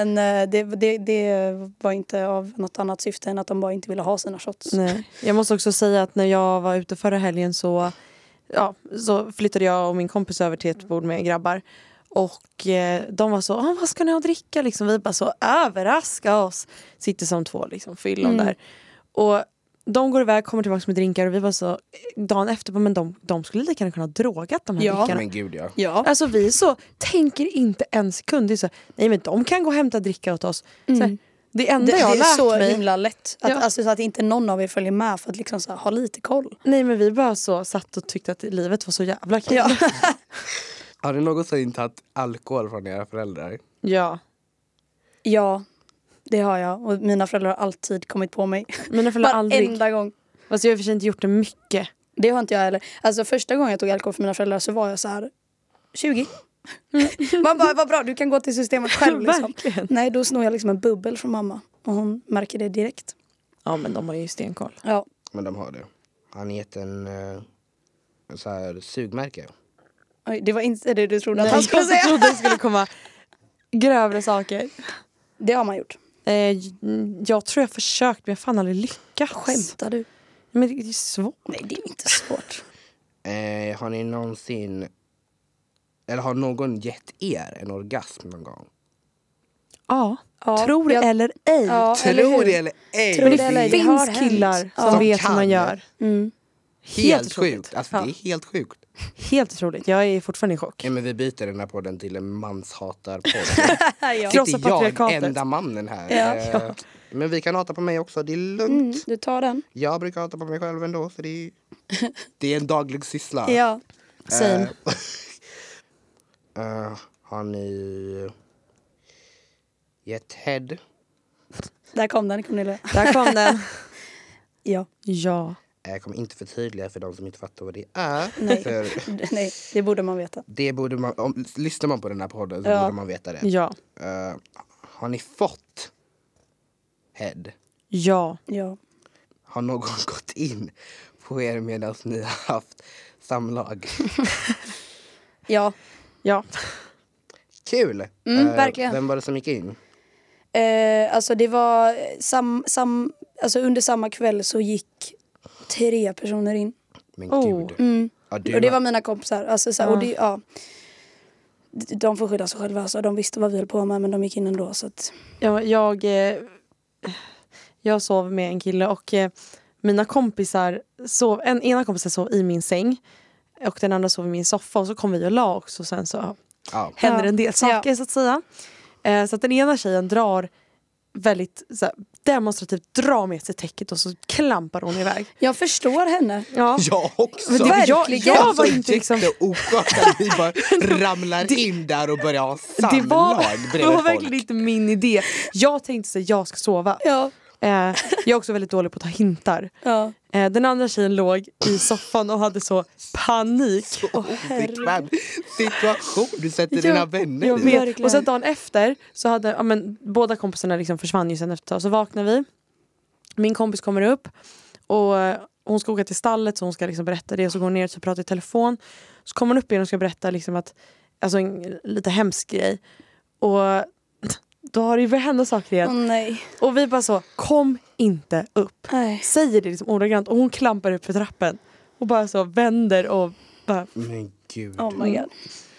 det var inte av något annat syfte än att de bara inte ville ha sina shots. Nej. Jag måste också säga att när jag var ute förra helgen så flyttade jag och min kompis över till ett bord med grabbar. Och de var så, vad ska ni ha att dricka? Liksom, vi bara så, överraska oss. Sitter som två liksom, fyllon där. Och de går iväg, kommer tillbaka med drinkar och vi var så, dagen efter, men de skulle lika gärna kunna ha drogat de här drickarna. Men gud, ja. Alltså vi så, tänker inte en sekund. Det är så, nej men de kan gå och hämta dricka åt oss. Så här, det enda jag har lärt mig. Det är så himla lätt. Alltså, så att inte någon av er följer med för att liksom, så här, ha lite koll. Nej men vi bara så satt och tyckte att livet var så jävla kul. Ja. Har du någonsin tagit alkohol från era föräldrar? Ja. Ja, det har jag. Och mina föräldrar har alltid kommit på mig. Mina föräldrar aldrig. Varenda gång. Fast jag har i och för sig inte gjort det mycket. Det har inte jag heller. Alltså första gången jag tog alkohol för mina föräldrar så var jag så här 20. Man bara, vad bra, du kan gå till systemet själv liksom. Nej, då snor jag liksom en bubbel från mamma. Och hon märker det direkt. Ja, men de har ju stenkoll. Ja. Men de har det. Har ni gett en så här sugmärke? Oj, det var inte det du trodde att han skulle säga. Jag trodde det skulle komma grövre saker. Det har man gjort. Jag tror jag försökt, men jag fan aldrig lyckats. Skämtar du? Men det är svårt. Nej, det är inte svårt. Har ni någonsin... Eller har någon gett er en orgasm någon gång? Ja, Ja, tror eller ej. Ja, eller Tror hur? det eller ej. Tror Men det det eller ej, finns har hänt. killar Ja. som vet Som hur man kan. gör. Helt otroligt. sjukt. Alltså, Ja. det är helt sjukt. Helt otroligt. Jag är fortfarande i chock. Ja, men vi byter den här podden till en manshatarpodd. Ja. Krossa Inte jag patriarkatet. enda mannen här. Ja. Men vi kan hata på mig också, det är lugnt. Du tar den. Jag brukar hata på mig själv ändå, så det är en daglig syssla. Ja. Same. Har ni gett head? Där kom den, Cornelia. Där kom den. Ja. Ja. Jag kommer inte förtydliga för de som inte fattar vad det är. Nej. För Nej, det borde man veta. det borde man, lyssnar man på den här podden så Ja. borde man veta det. Ja. Har ni fått head? Ja. Ja. Har någon gått in på er medan ni har haft samlag? Ja. Ja. Kul! verkligen. Vem var det som gick in? Alltså det var alltså under samma kväll så gick 3 personer in. Men Oh. gud. Ja, du Och det var mina kompisar. Alltså, så, Ja. och det, ja. De får skylla sig själva. Alltså, de visste vad vi höll på med men de gick in ändå. Så att... Jag sov med en kille och mina kompisar ena kompisen sov i min säng och den andra sov i min soffa och så kom vi och la också. Sen så Ja. händer en del saker så att säga. Så att den ena tjejen drar väldigt så här, demonstrativt drar med sig täcket och så klampar hon iväg. Jag förstår henne. Ja. Jag också. Men det- jag var inte liksom... jätteoklart att vi bara ramlar in där och börjar ha Det samlag var bredvid verkligen folk. inte min idé. Jag tänkte att jag ska sova. Ja. Jag är också väldigt dålig på att ta hintar. Ja. Den andra tjejen låg i soffan och hade så panik. Obekväm situation du sätter dina vänner Jag i. vet. Verkligen. Och sen dagen efter så hade båda kompisarna liksom försvann ju sen efter ett tag. Så vaknar vi. Min kompis kommer upp och hon ska åka till stallet så hon ska liksom berätta det och så går hon ner och pratar i telefon. Så kommer hon upp igen och ska berätta liksom att alltså en lite hemsk grej. Och då har det ju börjat hända saker igen. Åh nej. Och vi bara så, kom inte upp. Nej. Säger det liksom ordagrant och hon klampar upp för trappen. Och bara så vänder och bara... Men gud. Oh my god.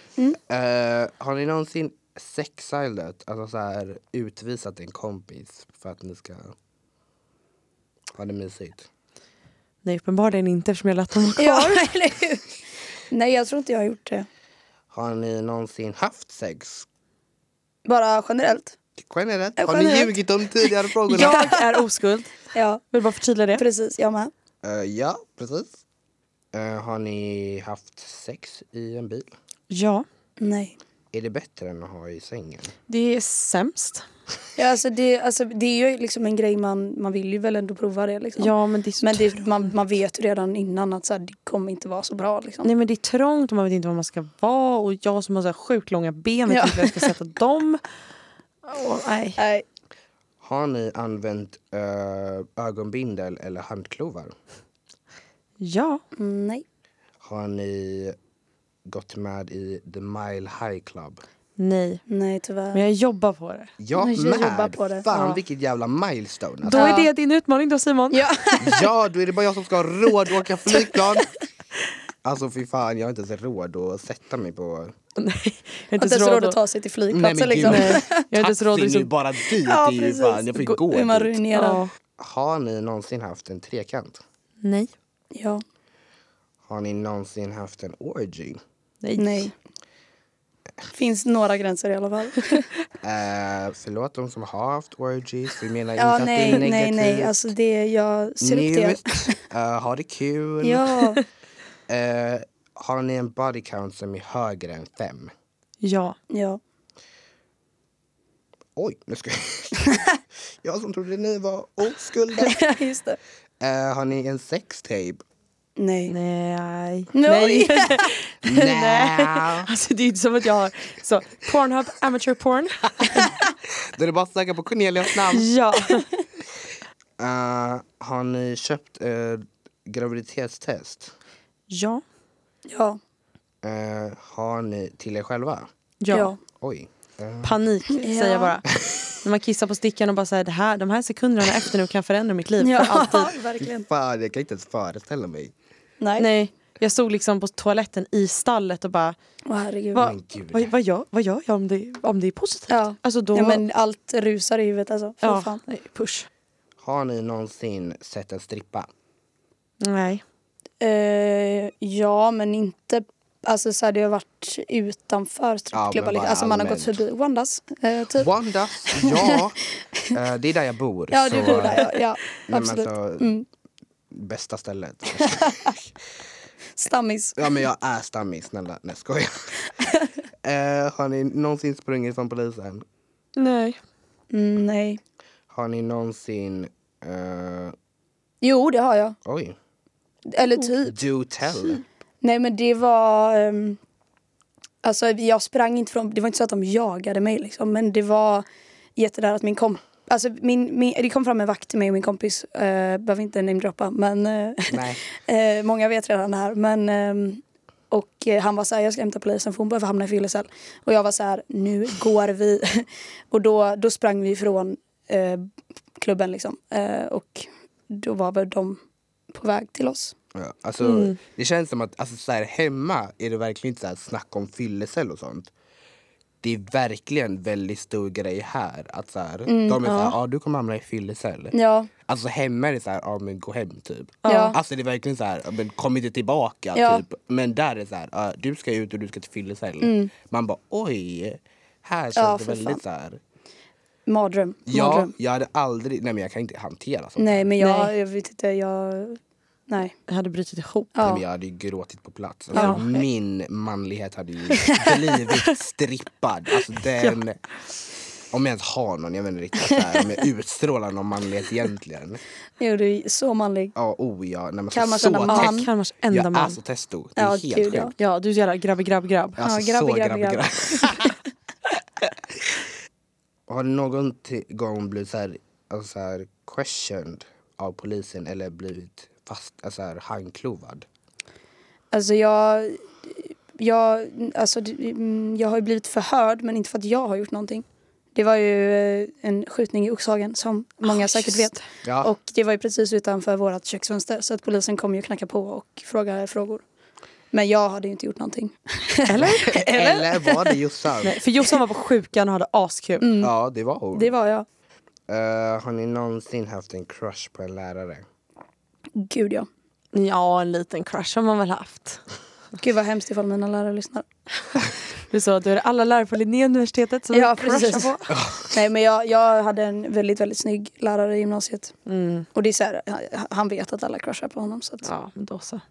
Har ni någonsin sexsilat, alltså så här utvisat en kompis för att ni ska ha det mysigt? Nej, uppenbarligen inte eftersom jag lät honom vara kvar. Ja, eller hur? Nej, jag tror inte jag har gjort det. Har ni någonsin haft sex? Bara generellt. Generellt? Har ni Generellt. ljugit om tidigare frågorna? Jag är oskuld. Ja, Vill bara förtydliga det. precis. Jag med. Ja, precis. Har ni haft sex i en bil? Ja, Nej. Är det bättre än att ha i sängen? det är sämst. Ja, alltså det är ju liksom en grej man vill ju väl ändå prova det liksom. Ja, men det är så Men trångt. man vet ju redan innan att så här, det kommer inte vara så bra liksom. Nej, men det är trångt och man vet inte vad man ska vara. Och jag som har så här sjukt långa ben vet Ja. inte var jag ska sätta dem. Nej. Nej. Har ni använt ögonbindel eller handklovar? Ja. Nej. Har ni gått med i The Mile High Club? Nej. Nej, tyvärr. Men jag jobbar på det. Jag Jag med! jobbar på det. Fan Ja. vilket jävla milestone. Då Alltså. är det din utmaning då, Simon. Ja. Ja, då är det bara jag som ska ha råd att åka flygplan. Alltså fy fan, jag har inte ens råd att sätta mig på... Nej, jag har Att inte ens råd råd att att ta sig till Nej, flygplatsen men gud. liksom. Nej, jag har inte ens råd att Taxin är ju liksom... bara dit, Ja, det är ju precis. fan, jag får ju gå Är man dit. ruinerad? Ja. Har ni någonsin haft en trekant? Nej. Ja. Har ni någonsin haft en orgy? Nej. Nej. Finns några gränser i alla fall. Förlåt de som har haft orgies. Vi menar Ja, inte att det är negativt. nej. Alltså det, jag ser upp till er. Njut, ha det kul. Ja. Har ni en body count som är högre än 5? Ja. Ja. Oj, nu ska jag som trodde ni var oskulda. Just det. Har ni en sextape? Nej. Nej. Nej. Nej. Alltså det är inte som att jag har så Pornhub, amateur porn. Då är det bara att söka på Cornelias namn. Ja. Har ni köpt graviditetstest? Ja. Ja. Har ni till er själva? Ja. Ja. Oj. Panik säger jag bara. När man kissar på stickan och bara säger de här sekunderna efter nu kan förändra mitt liv för alltid. Verkligen. Fan, jag kan inte ens föreställa mig. Nej. Jag stod liksom på toaletten i stallet och bara Herregud. vad gör jag om det är positivt? Ja. Alltså då... Ja, men allt rusar i huvudet alltså. För fan. Nej, push. Har ni någonsin sett en strippa? Nej. Ja, men inte... Alltså så här, det har varit utanför strippklubbar. bara Alltså man har allmänt. gått förbi Wandas, typ. Wandas, ja. Det är där jag bor. Ja, så, du bor där, ja. nej, Absolut. men alltså, bästa stället. Stammis. Ja, men jag är stammis, snälla. Nej, skojar. Har ni någonsin sprungit från polisen? Nej. Nej. Har ni någonsin... Jo, det har jag. Oj. Eller typ. Do tell. Nej, men det var... alltså, jag sprang inte från... Det var inte så att de jagade mig, liksom. Men det var jättedär att min kompis... Alltså, det kom fram en vakt till mig och min kompis. Behöver inte namedroppa, men... Nej. många vet redan det här. Men... och han var så här, jag ska hämta polisen för hon behöver hamna i fyllecell. Och jag var så här, nu går vi. Och då sprang vi från klubben, liksom. Och då var väl de på väg till oss. Ja, alltså, det känns som att alltså, så här, hemma är det verkligen inte så här, snack om fyllecell och sånt. Det är verkligen väldigt stor grej här. Att så här, de är så här, du kommer hamna i fyllecell. Ja. Alltså hemma är det så här, men gå hem typ. Ja. Alltså det är verkligen så här, men kom inte tillbaka Ja. typ. Men där är det så här, du ska ut och du ska till fyllecell. Man bara, oj. Här känns det för väldigt fan. så här. Mardröm. Ja, Mardröm. jag hade aldrig, nej men jag kan inte hantera sånt. Nej, men Nej. jag vet inte, nej. Jag hade brutit ihop. Nej, Ja. men jag hade ju gråtit på plats. Alltså, min manlighet hade ju blivit strippad. Alltså den... Om jag ens har någon, jag vet inte riktigt så här, om jag utstrålar någon manlighet egentligen. Jo, du är så manlig. Ja, nej, men Kalmars så enda man. test- Kalmars enda Jag är man. så testo. Det är Ja, helt gud, sjukt. ja. Ja, du är så jävla grabb. Alltså Ja, så grabb. grabb. Har du någon gång blivit så här questioned av polisen eller blivit fast, alltså här, handklovad? Alltså jag har ju blivit förhörd, men inte för att jag har gjort någonting. Det var ju en skjutning i Oxhagen som många säkert vet. Ja. Och det var ju precis utanför vårt köksfönster. Så att polisen kom ju knacka på och fråga frågor. Men jag hade ju inte gjort någonting. Eller var det Jossan? Nej, för Jossan var på sjukan och hade askul. Ja, det var hon. Det var jag. Har ni någonsin haft en crush på en lärare? Gud, ja. Ja, en liten crush har man väl haft. Gud vad hemskt ifall mina lärare lyssnar. Du sa att du är alla lärare på Linnéuniversitetet som Ja, du crushar precis. på. Nej, men jag hade en väldigt, väldigt snygg lärare i gymnasiet. Och det är så här, han vet att alla crushar på honom. Så att... Ja, men då så.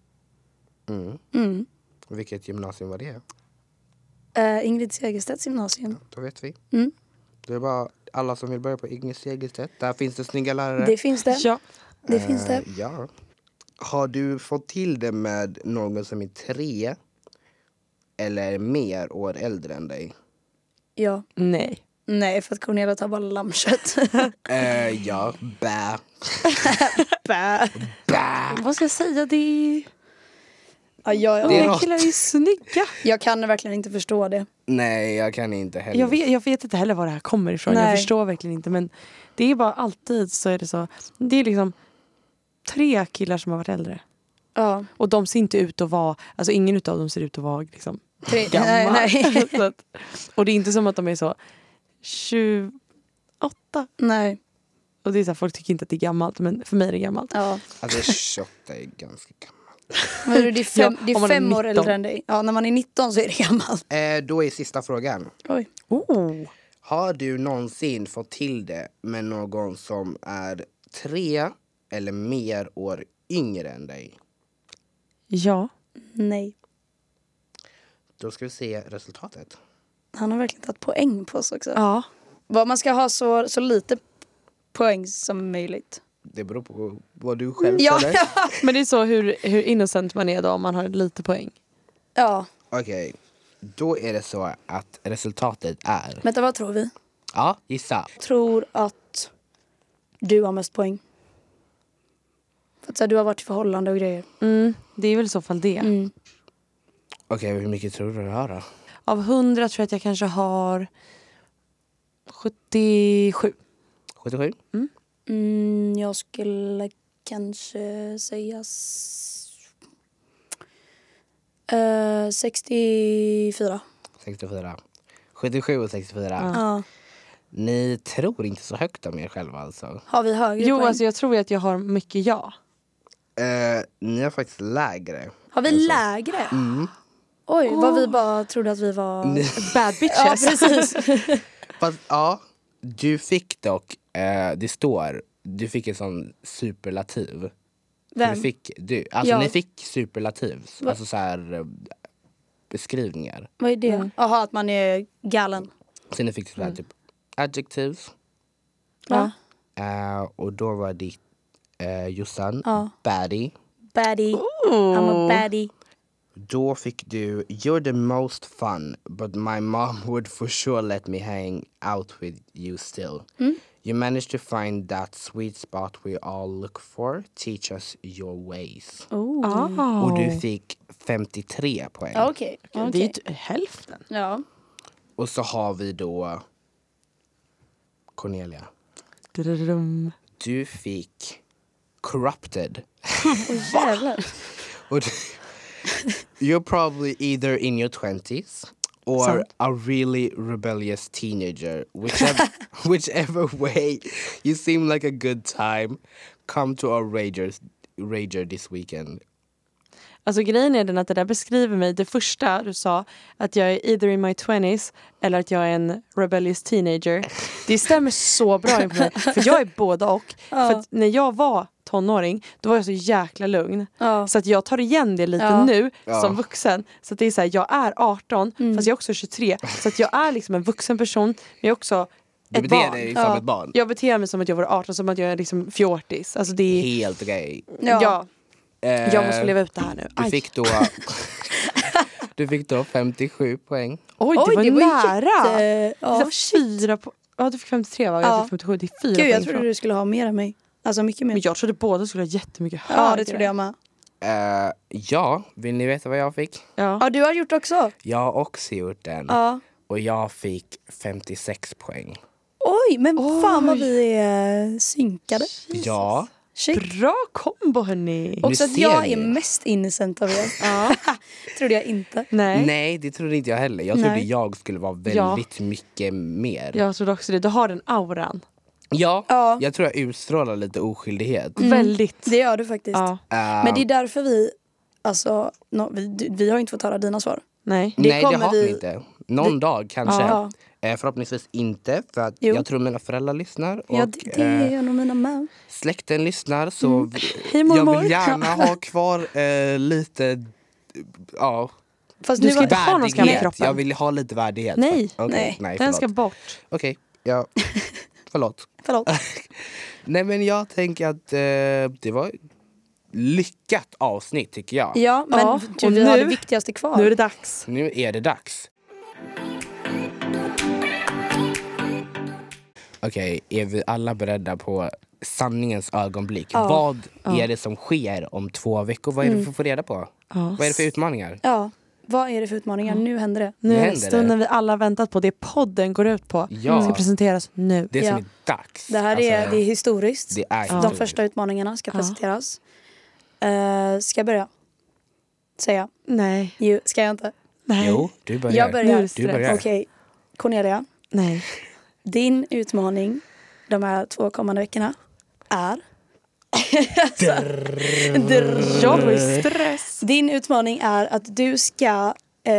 Vilket gymnasium var det? Ingrid Segerstedts gymnasium. Då vet vi. Det är bara alla som vill börja på Ingrid Segerstedt. Där finns det snygga lärare. Det finns det. Ja. Det finns det. Ja. Har du fått till det med någon som är 3 eller mer år äldre än dig? Ja. Nej. Nej, för att Cornelia tar bara lammkött. Ja, bä. Bä. Vad ska jag säga? Det Ja, Det är är rått. killar är snygga. jag kan verkligen inte förstå det. Nej, jag kan inte heller. Jag vet inte heller var det här kommer ifrån. Nej. Jag förstår verkligen inte. Men det är bara alltid så är det så. Det är liksom 3 killar som har varit äldre. Ja. Och de ser inte ut att vara, alltså ingen utav dem ser ut att vara liksom 3. gammal. Nej. Så att, och det är inte som att de är så 28. Nej. Och det är så här, folk tycker inte att det är gammalt, men för mig är det gammalt. Ja. Alltså 28 är ganska gammalt. Men det är 5 Ja, om man är 5 år 19. äldre än dig. Ja, när man är 19 så är det gammalt. Då är sista frågan. Oj. Oh. Har du någonsin fått till det med någon som är 3 eller mer år yngre än dig? Ja. Nej. Då ska vi se resultatet. Han har verkligen tagit poäng på oss också. Ja. Man ska ha så lite poäng som möjligt. Det beror på vad du själv Ja. känner. Men det är så hur innocent man är då om man har lite poäng. Ja. Okej, då är det så att resultatet är... Vänta, vad tror vi? Ja, gissa. Tror att du har mest poäng. För att så här, du har varit i förhållande och grejer. Det är väl i så fall det. Okej, hur mycket tror du har då? Av 100 tror jag att jag kanske har 77. 77? Jag skulle kanske säga 64. 64. 77 och 64. Ja. Ni tror inte så högt om er själva alltså. Har vi högre Jo, poäng? alltså jag tror att jag har mycket ja. Ni har faktiskt lägre. Har vi lägre? Oj, vad vi bara trodde att vi var... Bad bitches. Ja, precis. Fast ja, du fick dock, det står, du fick en sån superlativ. Vem? Ni fick superlativ. Alltså så här beskrivningar. Vad är det? Jaha, att man är galen. Sen ni fick så här typ adjectives. Va? Och då var ditt Jossan, baddie. Baddie. I'm a baddie. Då fick du you're the most fun but my mom would for sure let me hang out with you still. You managed to find that sweet spot we all look for. Teach us your ways. Och du fick 53 poäng. Okej. Det är ju hälften. Ja. Och så har vi då Cornelia. Du fick corrupted. Jävlar. Och you're probably either in your 20s or Sant. a really rebellious teenager. Whichever way you seem like a good time, come to our rager this weekend. Alltså grejen är den att det där beskriver mig. Det första du sa, att jag är either in my 20s eller att jag är en rebellious teenager. Det stämmer så bra in på mig. För jag är båda och. För att när jag var tonåring, då var jag så jäkla lugn. Så att jag tar igen det lite nu som vuxen. Så att det är så här, jag är 18 fast jag är också 23. Så att jag är liksom en vuxen person, men jag är också Du ett beter barn. dig som ett barn. Jag beter mig som att jag var 18, som att jag är liksom fjortis. Alltså det är... Helt okej. Ja. Jag måste leva ut det här nu. Du fick då 57 poäng. Oj, det var nära. Ja, Du fick 53 va? Jag fick 57, det är 4 Gud, poäng jag trodde du skulle ha mer än mig. Alltså mycket mer. Men jag trodde båda skulle ha jättemycket högre. Ja, det trodde jag med. Ja, vill ni veta vad jag fick? Ja, du har gjort också. Jag har också gjort den. Ja. Och jag fick 56 poäng. Oj, men fan vad vi är synkade. Ja. Shit. Bra kombo hörni. Också att ser jag ni. är mest innocent av er. Trodde jag inte. Nej, det trodde inte jag heller. Jag trodde jag skulle vara väldigt mycket mer. jag trodde också det. Du har den auran. Ja, jag tror jag utstrålar lite oskyldighet. Väldigt. Det gör du faktiskt. Ja. Men det är därför vi, alltså, vi har inte fått höra dina svar. Nej. Nej, det kommer har vi- vi inte. Någon dag kanske. Ja. Förhoppningsvis inte, för att Jo. jag tror mina föräldrar lyssnar. Och Ja, det är nog mina med. släkten lyssnar. Så Hej, jag mormor. vill gärna ha kvar lite... Ja, Fast Du nu ska var inte ha någon skam i kroppen. jag vill ha lite värdighet. Nej. Okej, Nej. Den förlåt. ska bort. Okej, ja. Förlåt. Förlåt. Nej, men jag tänker att det var lyckat avsnitt tycker jag. Ja, men Ja, du, och vi har nu- det viktigaste kvar. Nu är det dags. Nu är det dags. Okej, är vi alla beredda på sanningens ögonblick? Vad är det som sker om 2 veckor? Vad är det vi får reda på? Vad är det för utmaningar? Ja, vad är det för utmaningar? Nu händer det. Nu är händer stunden vi alla väntat på. Det podden går ut på. Ja. Ska presenteras nu. Det som Ja. är dags. Det här är, det är historiskt. det är De historiskt. första utmaningarna ska presenteras. Ska jag börja? Säga? Nej. Jo, ska jag inte? Nej. Jo, du börjar. Jag börjar. Du börjar. Okej, Cornelia. Nej. Din utmaning de här 2 kommande veckorna är... Jag får ju stress. Din utmaning är att du ska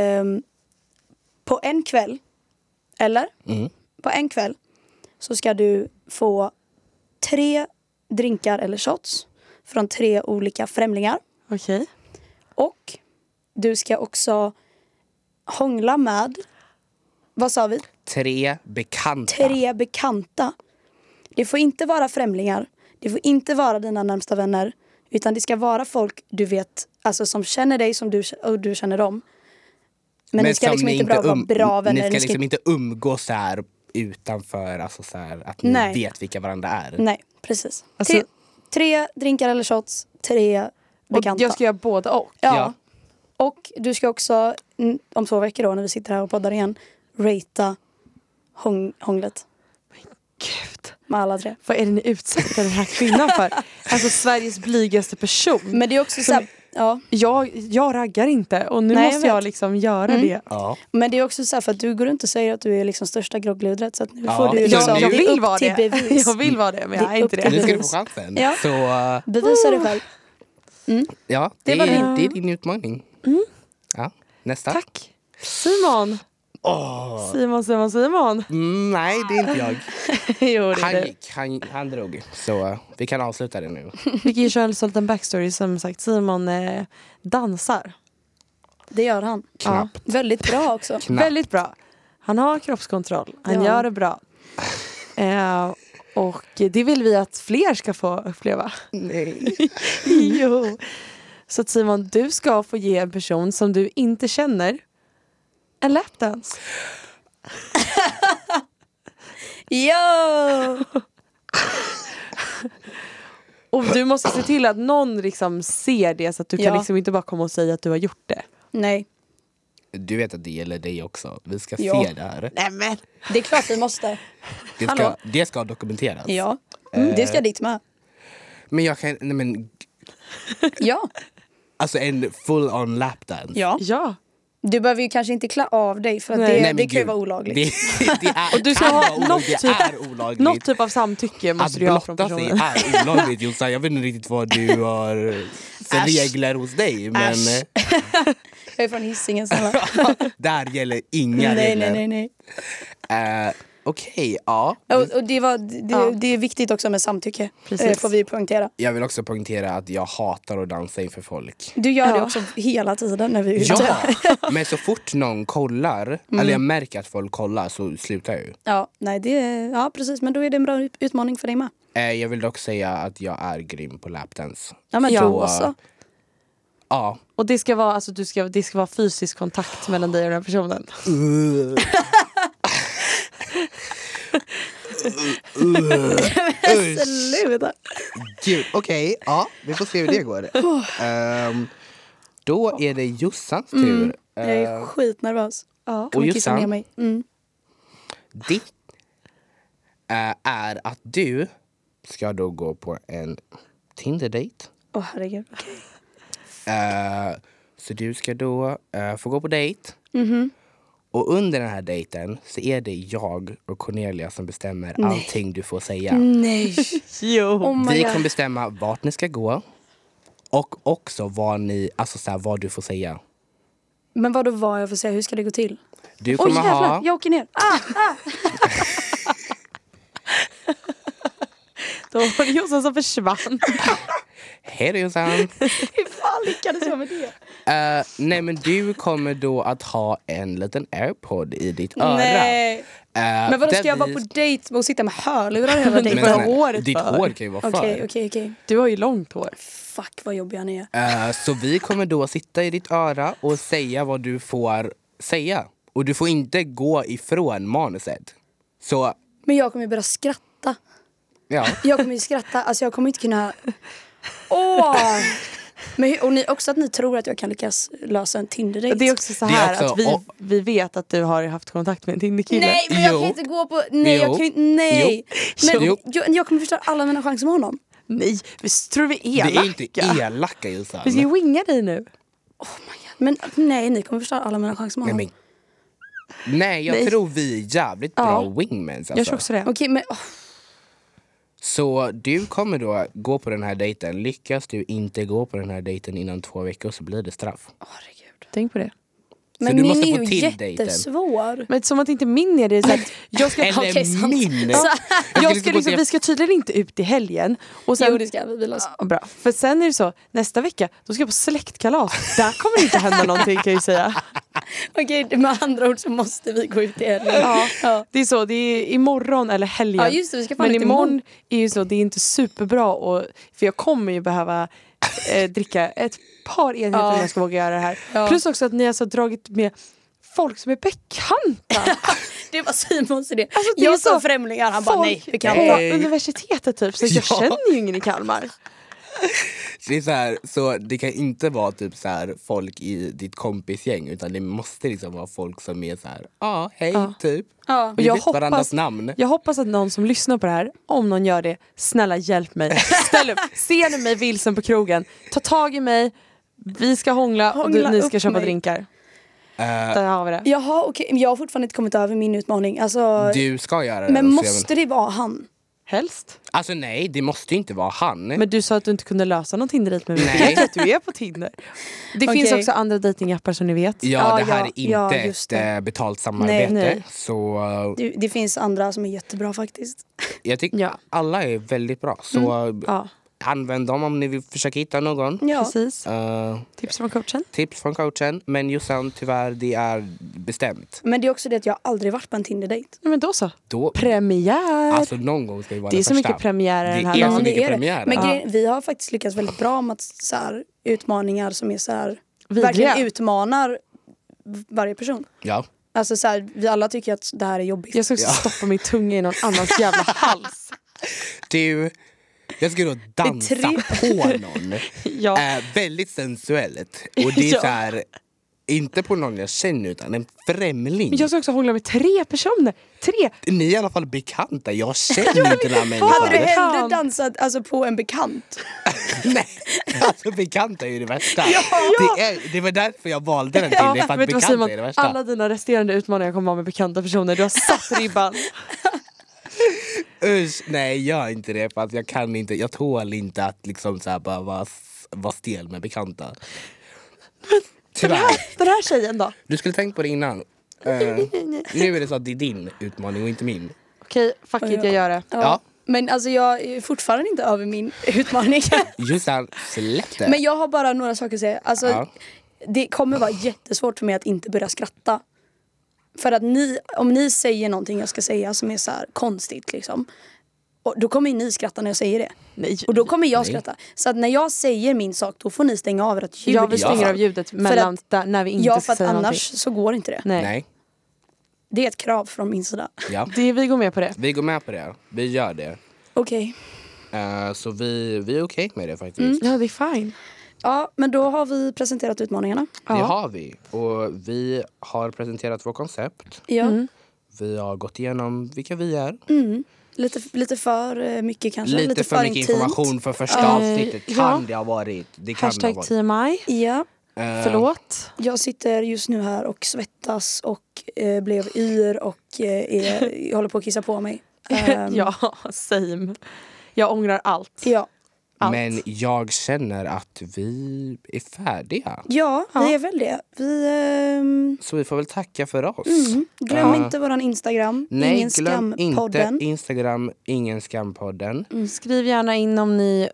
på en kväll, eller? På en kväll så ska du få 3 drinkar eller shots från 3 olika främlingar. Okej. Och du ska också hångla med, vad sa vi? 3 bekanta. 3 bekanta. Det får inte vara främlingar. Det får inte vara dina närmsta vänner. Utan det ska vara folk du vet, alltså som känner dig som du känner dem. Men ni ska som liksom inte bara vara bra vänner. Ni ska liksom inte umgås så här utanför, alltså så här, att ni Nej. vet vilka varandra är. Nej, precis. Alltså- 3 drinkar eller shots, 3 Och bekanta. jag ska göra båda och. Ja. Och du ska också, om 2 veckor då när vi sitter här och poddar igen, ratea hånglet. Gud. Med alla 3. Vad är det ni utsätter den här kvinnan för? Alltså Sveriges blygaste person. Men det är också så här, jag raggar inte. Och nu måste jag liksom göra det. Ja. Men det är också så här, för att du går runt och säger att du är liksom största groggludret. Så att nu får du jag det vill upp vara till det. bevis. Jag vill vara det, men jag är inte det. Nu ska du få chansen. Ja. Så, Bevisa dig själv. ja, det är din utmaning. Ja, nästa. Tack. Simon. Simon. Nej, det är inte jag. Jo, det är Han det. gick, han drog. Så vi kan avsluta det nu. Vi kan ju köra en liten backstory. Som sagt, Simon dansar. Det gör han. Knappt. Väldigt bra också. Väldigt bra. Han har kroppskontroll. Han gör det bra. Och det vill vi att fler ska få uppleva. Nej. Jo. Så att Simon, du ska få ge en person som du inte känner en lapdance. Ja! Och du måste se till att någon liksom ser det, så att du kan liksom inte bara komma och säga att du har gjort det. Nej. Du vet att det gäller dig också. Vi ska Ja. se det här. Nej, men. Det är klart vi måste. Det ska dokumenteras. Ja, det ska dit med. Men jag kan... Nej, men, Ja. alltså en full on lapdance. Ja. Du behöver ju kanske inte klä av dig för att Nej. det kan ju vara olagligt. Det är, Och du ska kan ha vara olagligt. något Det är olagligt. Något typ av samtycke måste du ha från blotta sig personen. är olagligt, Jossan. Jag vet inte riktigt vad du har för regler hos dig. Men Jag är från Hisingen. där gäller inga regler. Nej. Okej, ja. Och det är viktigt också med samtycke. Precis. Får vi poängtera. Jag vill också poängtera att jag hatar att dansa inför folk. Du gör det också hela tiden när vi är ute. Ja, men så fort någon kollar, eller jag märker att folk kollar, så slutar jag ju. Ja, nej, precis. Men då är det en bra utmaning för dig med. Jag vill dock säga att jag är grym på lapdance. Ja, men då så. Ja. Och det ska vara, alltså, det ska vara fysisk kontakt mellan dig och den personen. Sluta. Gud, okej. Ja, vi får se hur det går. Då är det Jossans tur. Jag är skitnervös. Ja. Och Kissa ner mig. Ditt är att du ska då gå på en Tinder-date. Herregud. Så du ska då få gå på dejt. Och under den här dejten så är det jag och Cornelia som bestämmer allting du får säga. Nej. Jo. Vi kommer bestämma vart ni ska gå. Och också vad du får säga. Men vad jag får säga? Hur ska det gå till? Du kommer ha... Jag åker ner. Då var det Jossan som försvann. Hej då, Jossan. Hur fan lyckades jag med det? Nej, men du kommer då att ha en liten AirPod i ditt öra. Nej. Men vadå, ska jag vara på dejt och sitta med hörlurar hela dejten? Men håret ditt för. hår kan ju vara för. Okej. Du har ju långt hår. Fuck vad jobbig han är. Så vi kommer då sitta i ditt öra och säga vad du får säga. Och du får inte gå ifrån manuset. Så, Men jag kommer ju börja skratta. ja. Jag kommer ju skratta. Alltså jag kommer inte kunna... Men, och också att ni tror att jag kan lyckas lösa en Tinder-date. Det är också så här Det är också- att vi vet att du har haft kontakt med en Tinderkille. Nej, men jag Jo. kan inte gå på... Nej, Jo. jag kan inte... Nej. Men Jo. jag kommer förstöra alla mina chanser med honom. Nej, visst tror vi Det elaka. är inte elaka, Jossan. Vi ska ju winga dig nu. Men nej, ni kommer förstöra alla mina chanser med honom. Nej, jag tror vi är jävligt bra wingmans. Alltså. Jag tror också det. Okej, men... Så du kommer då gå på den här dejten. Lyckas du inte gå på den här dejten innan 2 veckor så blir det straff. Herregud. Tänk på det. Men du min måste är få ju till dejten. jättesvår. Men som att inte min är det så att jag ska... Eller Okej, sant. min! Jag ska liksom, vi ska tydligen inte ut i helgen. Och sen, Jo, det ska vi lösa. Ja, bra. För sen är det så, nästa vecka, då ska jag på släktkalas. Där kommer det inte hända någonting, kan jag ju säga. Okej, med andra ord så måste vi gå ut i helgen. Ja. Det är så, det är imorgon eller helgen. Ja, just det, vi ska fan men ut imorgon är ju så, det är inte superbra. För jag kommer ju behöva dricka ett par enheter om jag ska våga göra det här. Ja. Plus också att ni har så dragit med folk som är bekanta. Det var Simons idé. Alltså, det är jag sa så- främlingar, han bara nej, Folk bekanta. på universitetet typ. Så jag Ja. känner ju ingen i Kalmar. Det är så här, så det kan inte vara typ så här folk i ditt kompisgäng, utan det måste liksom vara folk som är så här, hej, typ. Ja. Vi Jag vet varandras namn. Jag hoppas att någon som lyssnar på det här, om någon gör det, snälla hjälp mig. Ställ upp. Ser ni mig vilsen på krogen, ta tag i mig. Vi ska hångla och ni ska upp köpa mig. drinkar. Där har vi det. Jaha, okej. Jag har fortfarande inte kommit över min utmaning. Alltså, Du ska göra det. men så jag måste det vara han? Helst. Alltså nej, det måste ju inte vara han. Men du sa att du inte kunde lösa någon Tinder-dejt med mig. Nej. Jag vet att du är på Tinder. Det finns också andra datingappar som ni vet. Ja, det här är ja, inte just ett det. betalt samarbete. Nej. Så Det finns andra som är jättebra faktiskt. jag tycker Ja. alla är väldigt bra. Så Ja, använd dem om ni vill försöka hitta någon. Ja. precis. Tips från coachen. Tips från coachen. Men Jossan, tyvärr, det är bestämt. Men det är också det att jag aldrig varit på en Tinder-dejt. Ja, men då så. Då, Premiär. alltså någon gång ska vi vara Det är den så första. mycket premiärer den här Det är så dagen. mycket det är det. premiärer. Men Ja. vi har faktiskt lyckats väldigt bra med att så här, utmaningar som är så här, Vidriga. verkligen utmanar varje person. Ja. Alltså så här, vi alla tycker att det här är jobbigt. Jag ska också stoppa min tunga i någon annans jävla hals. Du, jag ska då dansa på någon. Ja. Väldigt sensuellt. Och det är Ja. så här, inte på någon jag känner utan en främling. Men jag ska också hångla med 3 personer. 3. Ni är i alla fall bekanta. Jag känner inte den här Hade du människan. hellre Fan. dansat alltså, på en bekant? Nej, alltså bekanta är ju det värsta. Det var därför jag valde den till. Det är för att vet du vad, bekanta Simon? är det värsta. Alla dina resterande utmaningar kommer vara med bekanta personer. Du har satt ribban. Usch, nej gör inte det för att jag kan inte, jag tål inte att liksom så här bara vara stel med bekanta. Tyvärr. Den här tjejen då? Du skulle tänkt på det innan. Nu är det så att det är din utmaning och inte min. Okej, fuck it, jag gör det. Ja. Men alltså jag är fortfarande inte över min utmaning. Just det, släpp det. Men jag har bara några saker att säga. Alltså, Ja. det kommer vara jättesvårt för mig att inte börja skratta. För att om ni säger någonting jag ska säga som är så här konstigt liksom, och då kommer ni skratta när jag säger det. Nej. Och då kommer jag Nej. skratta. Så att när jag säger min sak, då får ni stänga av ert ljud. Ja, vi stänger Ja. av ljudet mellan att- där, när vi inte Ja, för ska att säga annars någonting. så går inte det. Nej. Nej, Det är ett krav från min sida. ja. Vi går med på det. Vi går med på det. Vi gör det. Okej. Så vi är okej med det faktiskt. Ja, det är fine. Ja, men då har vi presenterat utmaningarna. Det har vi. Och vi har presenterat vårt koncept. Ja. Vi har gått igenom vilka vi är. Lite för mycket kanske. Lite för mycket intimt. information för första avsnittet. Kan ja. det ha varit. Det kan det ha Hashtag varit. TMI. Ja. Förlåt. Jag sitter just nu här och svettas och blev yr och jag håller på att kissa på mig. Ja, same. Jag ångrar allt. Ja. Allt. Men jag känner att vi är färdiga. Ja, vi är väl det. Vi, Så vi får väl tacka för oss. glöm inte våran Instagram. Nej, Ingen glöm inte skampodden. Instagram, Ingen skampodden. Skriv gärna in om ni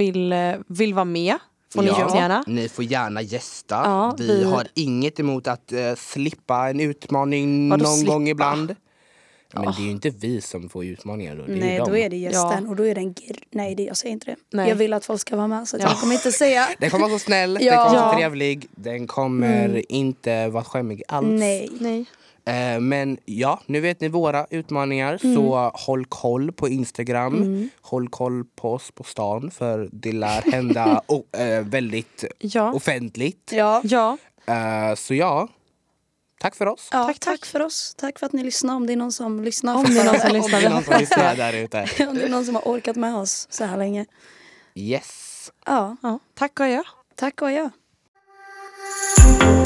vill vara med. Får ni jättegärna. Ni får gärna gästa. Ja, vi har inget emot att slippa en utmaning Vadå någon slippa? gång ibland. Men det är ju inte vi som får utmaningar då. Det är Nej, ju då dem. är det gästen och då är det en nej, jag säger inte det. Nej. Jag vill att folk ska vara med så att jag kommer inte säga Den kommer vara så snäll, den Ja. kommer vara Ja. så trevlig. Den kommer inte vara skämmig alls. nej. Nej. Men ja, nu vet ni våra utmaningar. Så håll koll på Instagram. Håll koll på oss på stan. För det lär hända väldigt Ja. offentligt. Ja. Ja. Så ja, tack för oss. Ja, tack för oss. Tack för att ni lyssnar. Om det är någon som lyssnar. Om det är någon som Om lyssnar. det är någon som lyssnar där ute. Om det är någon som har orkat med oss så här länge. Yes. Ja, Ja. Tack och jag. tack och ja.